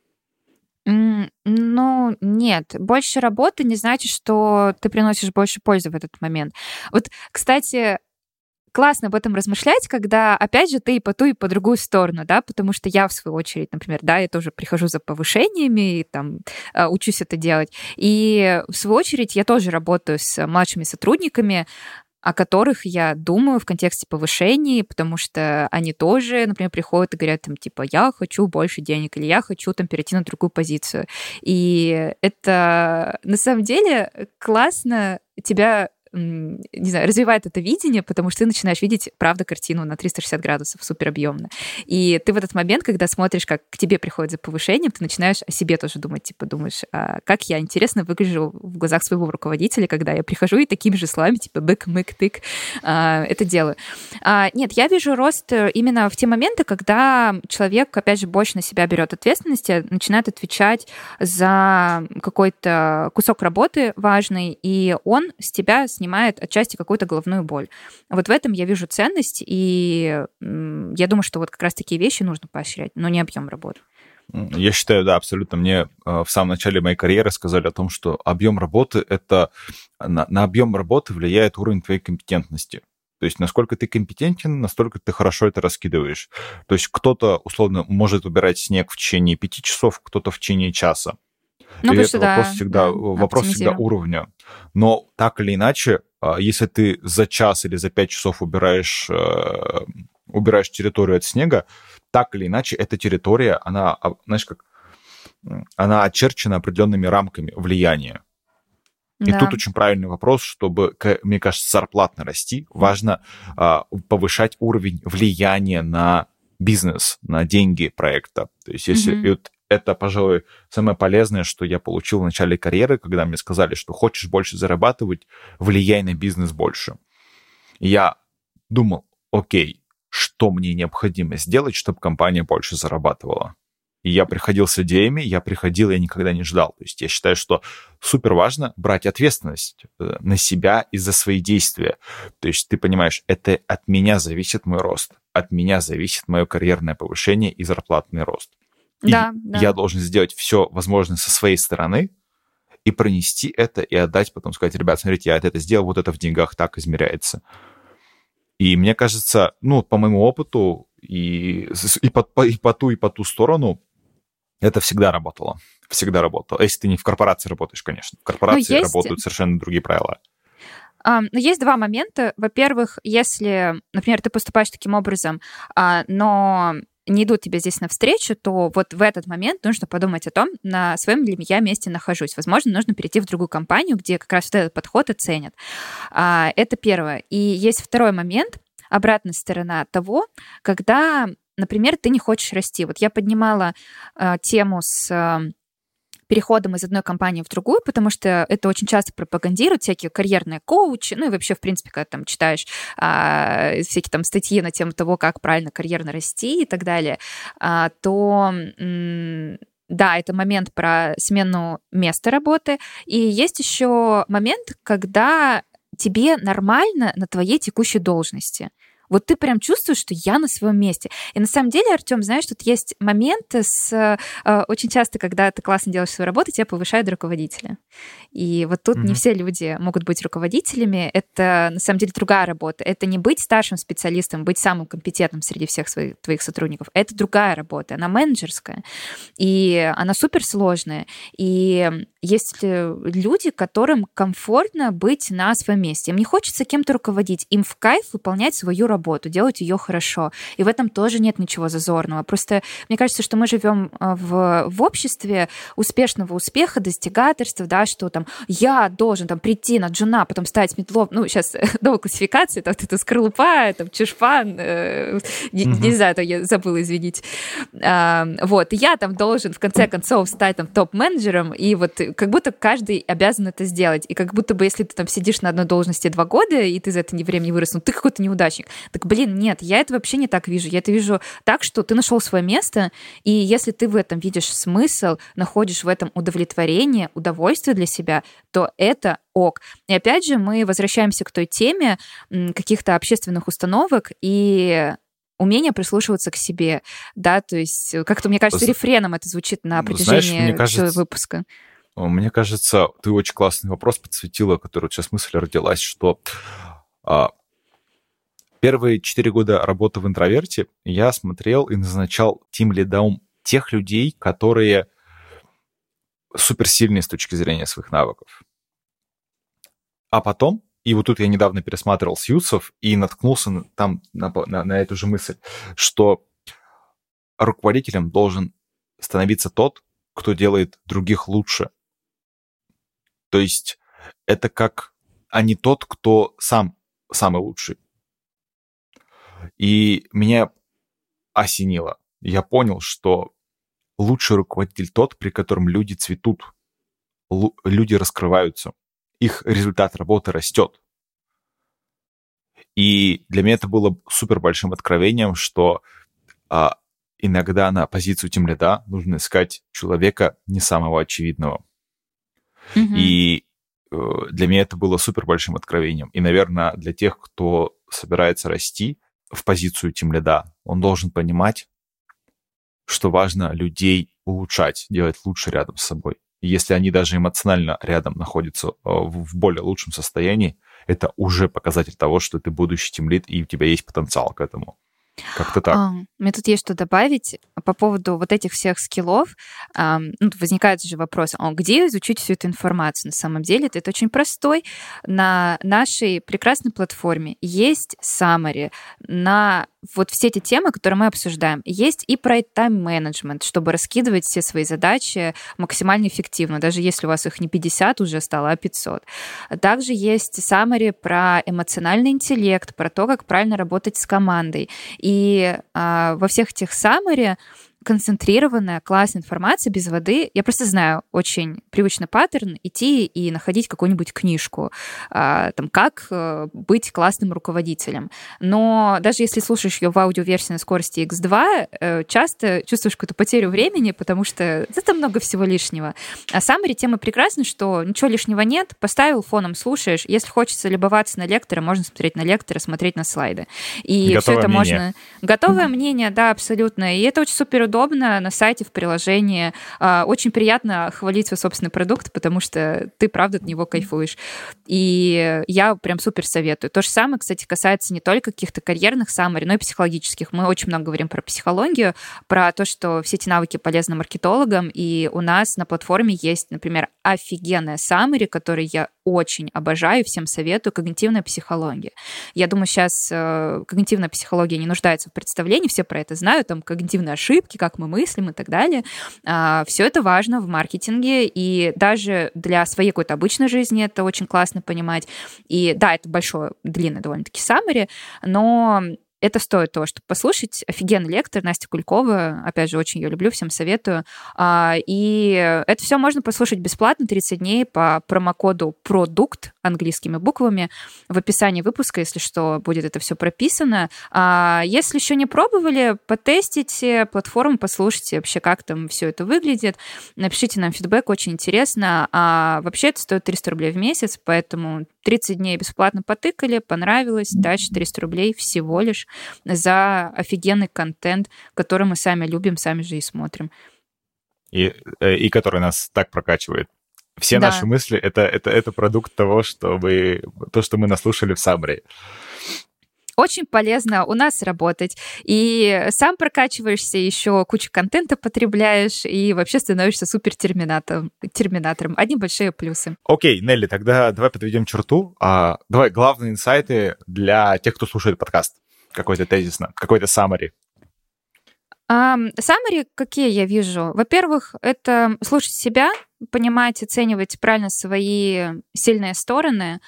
Speaker 1: Mm, ну, нет. Больше работы не значит, что ты приносишь больше пользы в этот момент. Вот, кстати, классно об этом размышлять, когда, опять же, ты и по ту, и по другую сторону, да, потому что я, в свою очередь, например, да, я тоже прихожу за повышениями и там учусь это делать. И, в свою очередь, я тоже работаю с младшими сотрудниками, о которых я думаю в контексте повышений, потому что они тоже, например, приходят и говорят, там, типа, я хочу больше денег, или я хочу там перейти на другую позицию. И это, на самом деле, классно тебя, не знаю, развивает это видение, потому что ты начинаешь видеть, правда, картину на триста шестьдесят градусов, супер объемно. И ты в этот момент, когда смотришь, как к тебе приходит за повышением, ты начинаешь о себе тоже думать, типа, думаешь, а как я интересно выгляжу в глазах своего руководителя, когда я прихожу и такими же словами, типа, бык, мык, тык, это делаю. А, нет, я вижу рост именно в те моменты, когда человек, опять же, больше на себя берет ответственности, начинает отвечать за какой-то кусок работы важный, и он с тебя снимает снимает отчасти какую-то головную боль. Вот в этом я вижу ценность, и я думаю, что вот как раз такие вещи нужно поощрять, но не объем работы.
Speaker 2: Я считаю, да, абсолютно. Мне в самом начале моей карьеры сказали о том, что объем работы — это... На, на объем работы влияет уровень твоей компетентности. То есть насколько ты компетентен, настолько ты хорошо это раскидываешь. То есть кто-то, условно, может убирать снег в течение пяти часов, кто-то в течение часа.
Speaker 1: Ну,
Speaker 2: и
Speaker 1: это
Speaker 2: вопрос
Speaker 1: да,
Speaker 2: всегда,
Speaker 1: да,
Speaker 2: вопрос всегда уровня. Но так или иначе, если ты за час или за пять часов убираешь, убираешь территорию от снега, так или иначе, эта территория, она, знаешь, как, она очерчена определенными рамками влияния. И
Speaker 1: да.
Speaker 2: тут очень правильный вопрос, чтобы, мне кажется, зарплатно расти, важно повышать уровень влияния на бизнес, на деньги проекта. То есть если... Mm-hmm. И вот это, пожалуй, самое полезное, что я получил в начале карьеры, когда мне сказали, что хочешь больше зарабатывать, влияй на бизнес больше. И я думал, окей, что мне необходимо сделать, чтобы компания больше зарабатывала? И я приходил с идеями, я приходил, я никогда не ждал. То есть я считаю, что супер важно брать ответственность на себя и за свои действия. То есть ты понимаешь, это от меня зависит мой рост, от меня зависит мое карьерное повышение и зарплатный рост. И
Speaker 1: да, да.
Speaker 2: я должен сделать все возможное со своей стороны и пронести это, и отдать, потом сказать, ребят, смотрите, я это сделал, вот это в деньгах так измеряется. И мне кажется, ну, по моему опыту, и, и, по, и по ту, и по ту сторону, это всегда работало. Всегда работало. Если ты не в корпорации работаешь, конечно. В корпорации есть... работают совершенно другие правила.
Speaker 1: Но есть два момента. Во-первых, если, например, ты поступаешь таким образом, но не идут тебе здесь навстречу, то вот в этот момент нужно подумать о том, на своем ли я месте нахожусь. Возможно, нужно перейти в другую компанию, где как раз вот этот подход оценят. Это первое. И есть второй момент, обратная сторона того, когда, например, ты не хочешь расти. Вот я поднимала тему с переходом из одной компании в другую, потому что это очень часто пропагандируют всякие карьерные коучи, ну и вообще, в принципе, когда там читаешь а, всякие там статьи на тему того, как правильно карьерно расти и так далее, а, то... М- Да, это момент про смену места работы. И есть еще момент, когда тебе нормально на твоей текущей должности. Вот ты прям чувствуешь, что я на своем месте. И на самом деле, Артём, знаешь, тут есть моменты с... Э, очень часто, когда ты классно делаешь свою работу, тебя повышают руководители. И вот тут mm-hmm. не все люди могут быть руководителями. Это, на самом деле, другая работа. Это не быть старшим специалистом, быть самым компетентным среди всех своих, твоих сотрудников. Это другая работа. Она менеджерская. И она суперсложная. И есть люди, которым комфортно быть на своем месте. Им не хочется кем-то руководить. Им в кайф выполнять свою работу. работу, делать ее хорошо. И в этом тоже нет ничего зазорного. Просто мне кажется, что мы живем в, в обществе успешного успеха, достигаторства, да, что там я должен там прийти на джуна, потом ставить метлов, ну, сейчас новая классификация, там это скорлупа, там чешпан, э, не, mm-hmm. не знаю, я забыла, извините. А, вот, я там должен в конце концов стать там топ-менеджером, и вот как будто каждый обязан это сделать. И как будто бы, если ты там сидишь на одной должности два года, и ты за это время не вырос, ну, ты какой-то неудачник. Так, блин, нет, я это вообще не так вижу. Я это вижу так, что ты нашел свое место, и если ты в этом видишь смысл, находишь в этом удовлетворение, удовольствие для себя, то это ок. И опять же, мы возвращаемся к той теме каких-то общественных установок и умение прислушиваться к себе, да, то есть как-то, мне кажется, рефреном это звучит на протяжении Знаешь, кажется, всего выпуска.
Speaker 2: Мне кажется, ты очень классный вопрос подсветила, который вот сейчас мысль родилась, что а, первые четыре года работы в интроверте я смотрел и назначал тимлидом тех людей, которые суперсильные с точки зрения своих навыков. А потом, и вот тут я недавно пересматривал Сьюсов и наткнулся на, там на, на, на эту же мысль, что руководителем должен становиться тот, кто делает других лучше. То есть это как, а не тот, кто сам самый лучший. И меня осенило. Я понял, что лучший руководитель тот, при котором люди цветут, люди раскрываются, их результат работы растет. И для меня это было супер большим откровением, что а, иногда на позицию тимлида нужно искать человека не самого очевидного. Mm-hmm. И э, для меня это было супер большим откровением. И, наверное, для тех, кто собирается расти в позицию тимлида, он должен понимать, что важно людей улучшать, делать лучше рядом с собой. И если они даже эмоционально рядом находятся в более лучшем состоянии, это уже показатель того, что ты будущий тимлид, и у тебя есть потенциал к этому. Как-то так.
Speaker 1: А, мне тут есть что добавить по поводу вот этих всех скиллов. А, ну, возникает же вопрос, а где изучить всю эту информацию? На самом деле это очень простой. На нашей прекрасной платформе есть summary на вот все эти темы, которые мы обсуждаем. Есть и про тайм-менеджмент, чтобы раскидывать все свои задачи максимально эффективно, даже если у вас их не пятьдесят уже стало, а пятьсот. Также есть summary про эмоциональный интеллект, про то, как правильно работать с командой. И а, во всех этих summary концентрированная, классная информация без воды. Я просто знаю очень привычный паттерн идти и находить какую-нибудь книжку, а, там, как быть классным руководителем. Но даже если слушаешь ее в аудиоверсии на скорости икс два, часто чувствуешь какую-то потерю времени, потому что это много всего лишнего. А summary темы прекрасны, что ничего лишнего нет, поставил, фоном слушаешь. Если хочется любоваться на лектора, можно смотреть на лектора, смотреть на слайды. И готовое все это мнение. Можно... Готовое мнение, да, абсолютно. И это очень супер удобно на сайте, в приложении. Очень приятно хвалить свой собственный продукт, потому что ты, правда, от него кайфуешь. И я прям супер советую. То же самое, кстати, касается не только каких-то карьерных summary, но и психологических. Мы очень много говорим про психологию, про то, что все эти навыки полезны маркетологам, и у нас на платформе есть, например, офигенная summary, который я очень обожаю, всем советую, когнитивная психология. Я думаю, сейчас э, когнитивная психология не нуждается в представлении, все про это знают, там когнитивные ошибки, как мы мыслим и так далее. А, все это важно в маркетинге, и даже для своей какой-то обычной жизни это очень классно понимать. И да, это большое, длинное довольно-таки summary, но это стоит того, чтобы послушать. Офигенный лектор Настя Кулькова. Опять же, очень ее люблю, всем советую. И это все можно послушать бесплатно тридцать дней по промокоду «Продукт» английскими буквами. В описании выпуска, если что, будет это все прописано. Если еще не пробовали, потестите платформу, послушайте вообще, как там все это выглядит. Напишите нам фидбэк, очень интересно. А вообще это стоит триста рублей в месяц, поэтому тридцать дней бесплатно потыкали, понравилось, дальше триста рублей всего лишь за офигенный контент, который мы сами любим, сами же и смотрим.
Speaker 2: И, и который нас так прокачивает. Все да. наши мысли это, — это, это продукт того, что мы, то, что мы наслушали в summary.
Speaker 1: Очень полезно у нас работать. И сам прокачиваешься, еще кучу контента потребляешь, и вообще становишься супер-терминатором. Терминатором. Одни большие плюсы.
Speaker 2: Окей, Нелли, тогда давай подведем черту. А, давай главные инсайты для тех, кто слушает подкаст. какой-то тезисно, какой-то summary.
Speaker 1: Summary, какие я вижу? Во-первых, это слушать себя, понимать, оценивать правильно свои сильные стороны,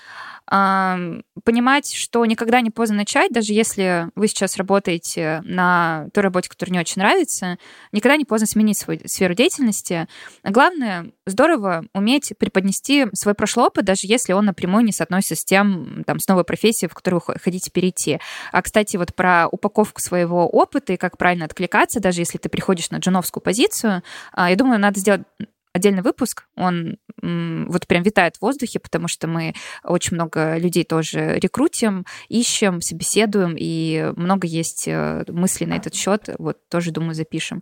Speaker 1: понимать, что никогда не поздно начать, даже если вы сейчас работаете на той работе, которая не очень нравится, никогда не поздно сменить свою сферу деятельности. Главное, здорово уметь преподнести свой прошлый опыт, даже если он напрямую не соотносится с тем, там, с новой профессией, в которую вы хотите перейти. А, кстати, вот про упаковку своего опыта и как правильно откликаться, даже если ты приходишь на джуновскую позицию, я думаю, надо сделать отдельный выпуск, он вот прям витает в воздухе, потому что мы очень много людей тоже рекрутим, ищем, собеседуем, и много есть мыслей на этот счет, вот тоже, думаю, запишем.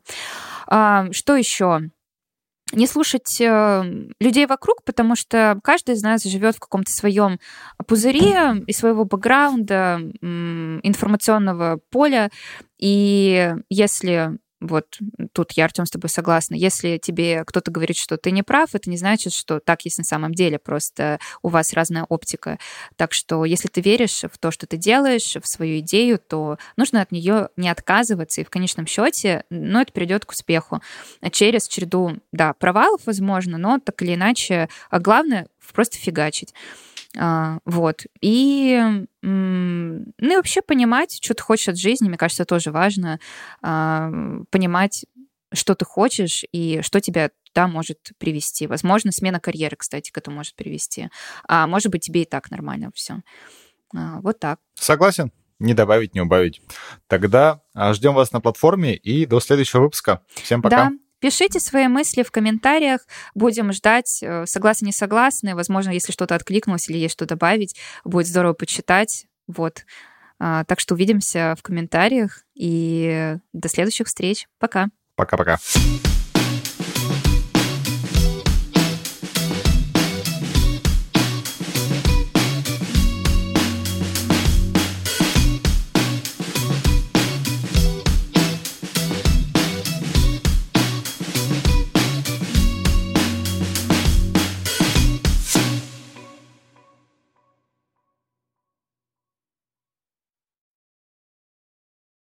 Speaker 1: Что еще? Не слушать людей вокруг, потому что каждый из нас живет в каком-то своем пузыре и своего бэкграунда, информационного поля, и если... Вот тут я, Артём, с тобой согласна. Если тебе кто-то говорит, что ты не прав, это не значит, что так есть на самом деле, просто у вас разная оптика. Так что если ты веришь в то, что ты делаешь, в свою идею, то нужно от нее не отказываться, и в конечном счете, ну, это приведет к успеху. Через череду, да, провалов, возможно, но так или иначе, а главное просто фигачить. Uh, вот. И, ну, и вообще понимать, что ты хочешь от жизни, мне кажется, тоже важно. Uh, понимать, что ты хочешь и что тебя туда может привести. Возможно, смена карьеры, кстати, к этому может привести. А может быть, тебе и так нормально все. Uh, вот так.
Speaker 2: Согласен. Не добавить, не убавить. Тогда ждем вас на платформе и до следующего выпуска. Всем пока.
Speaker 1: Да. Пишите свои мысли в комментариях, будем ждать, согласны, не согласны, возможно, если что-то откликнулось или есть что добавить, будет здорово почитать, вот. Так что увидимся в комментариях и до следующих встреч. Пока.
Speaker 2: Пока-пока.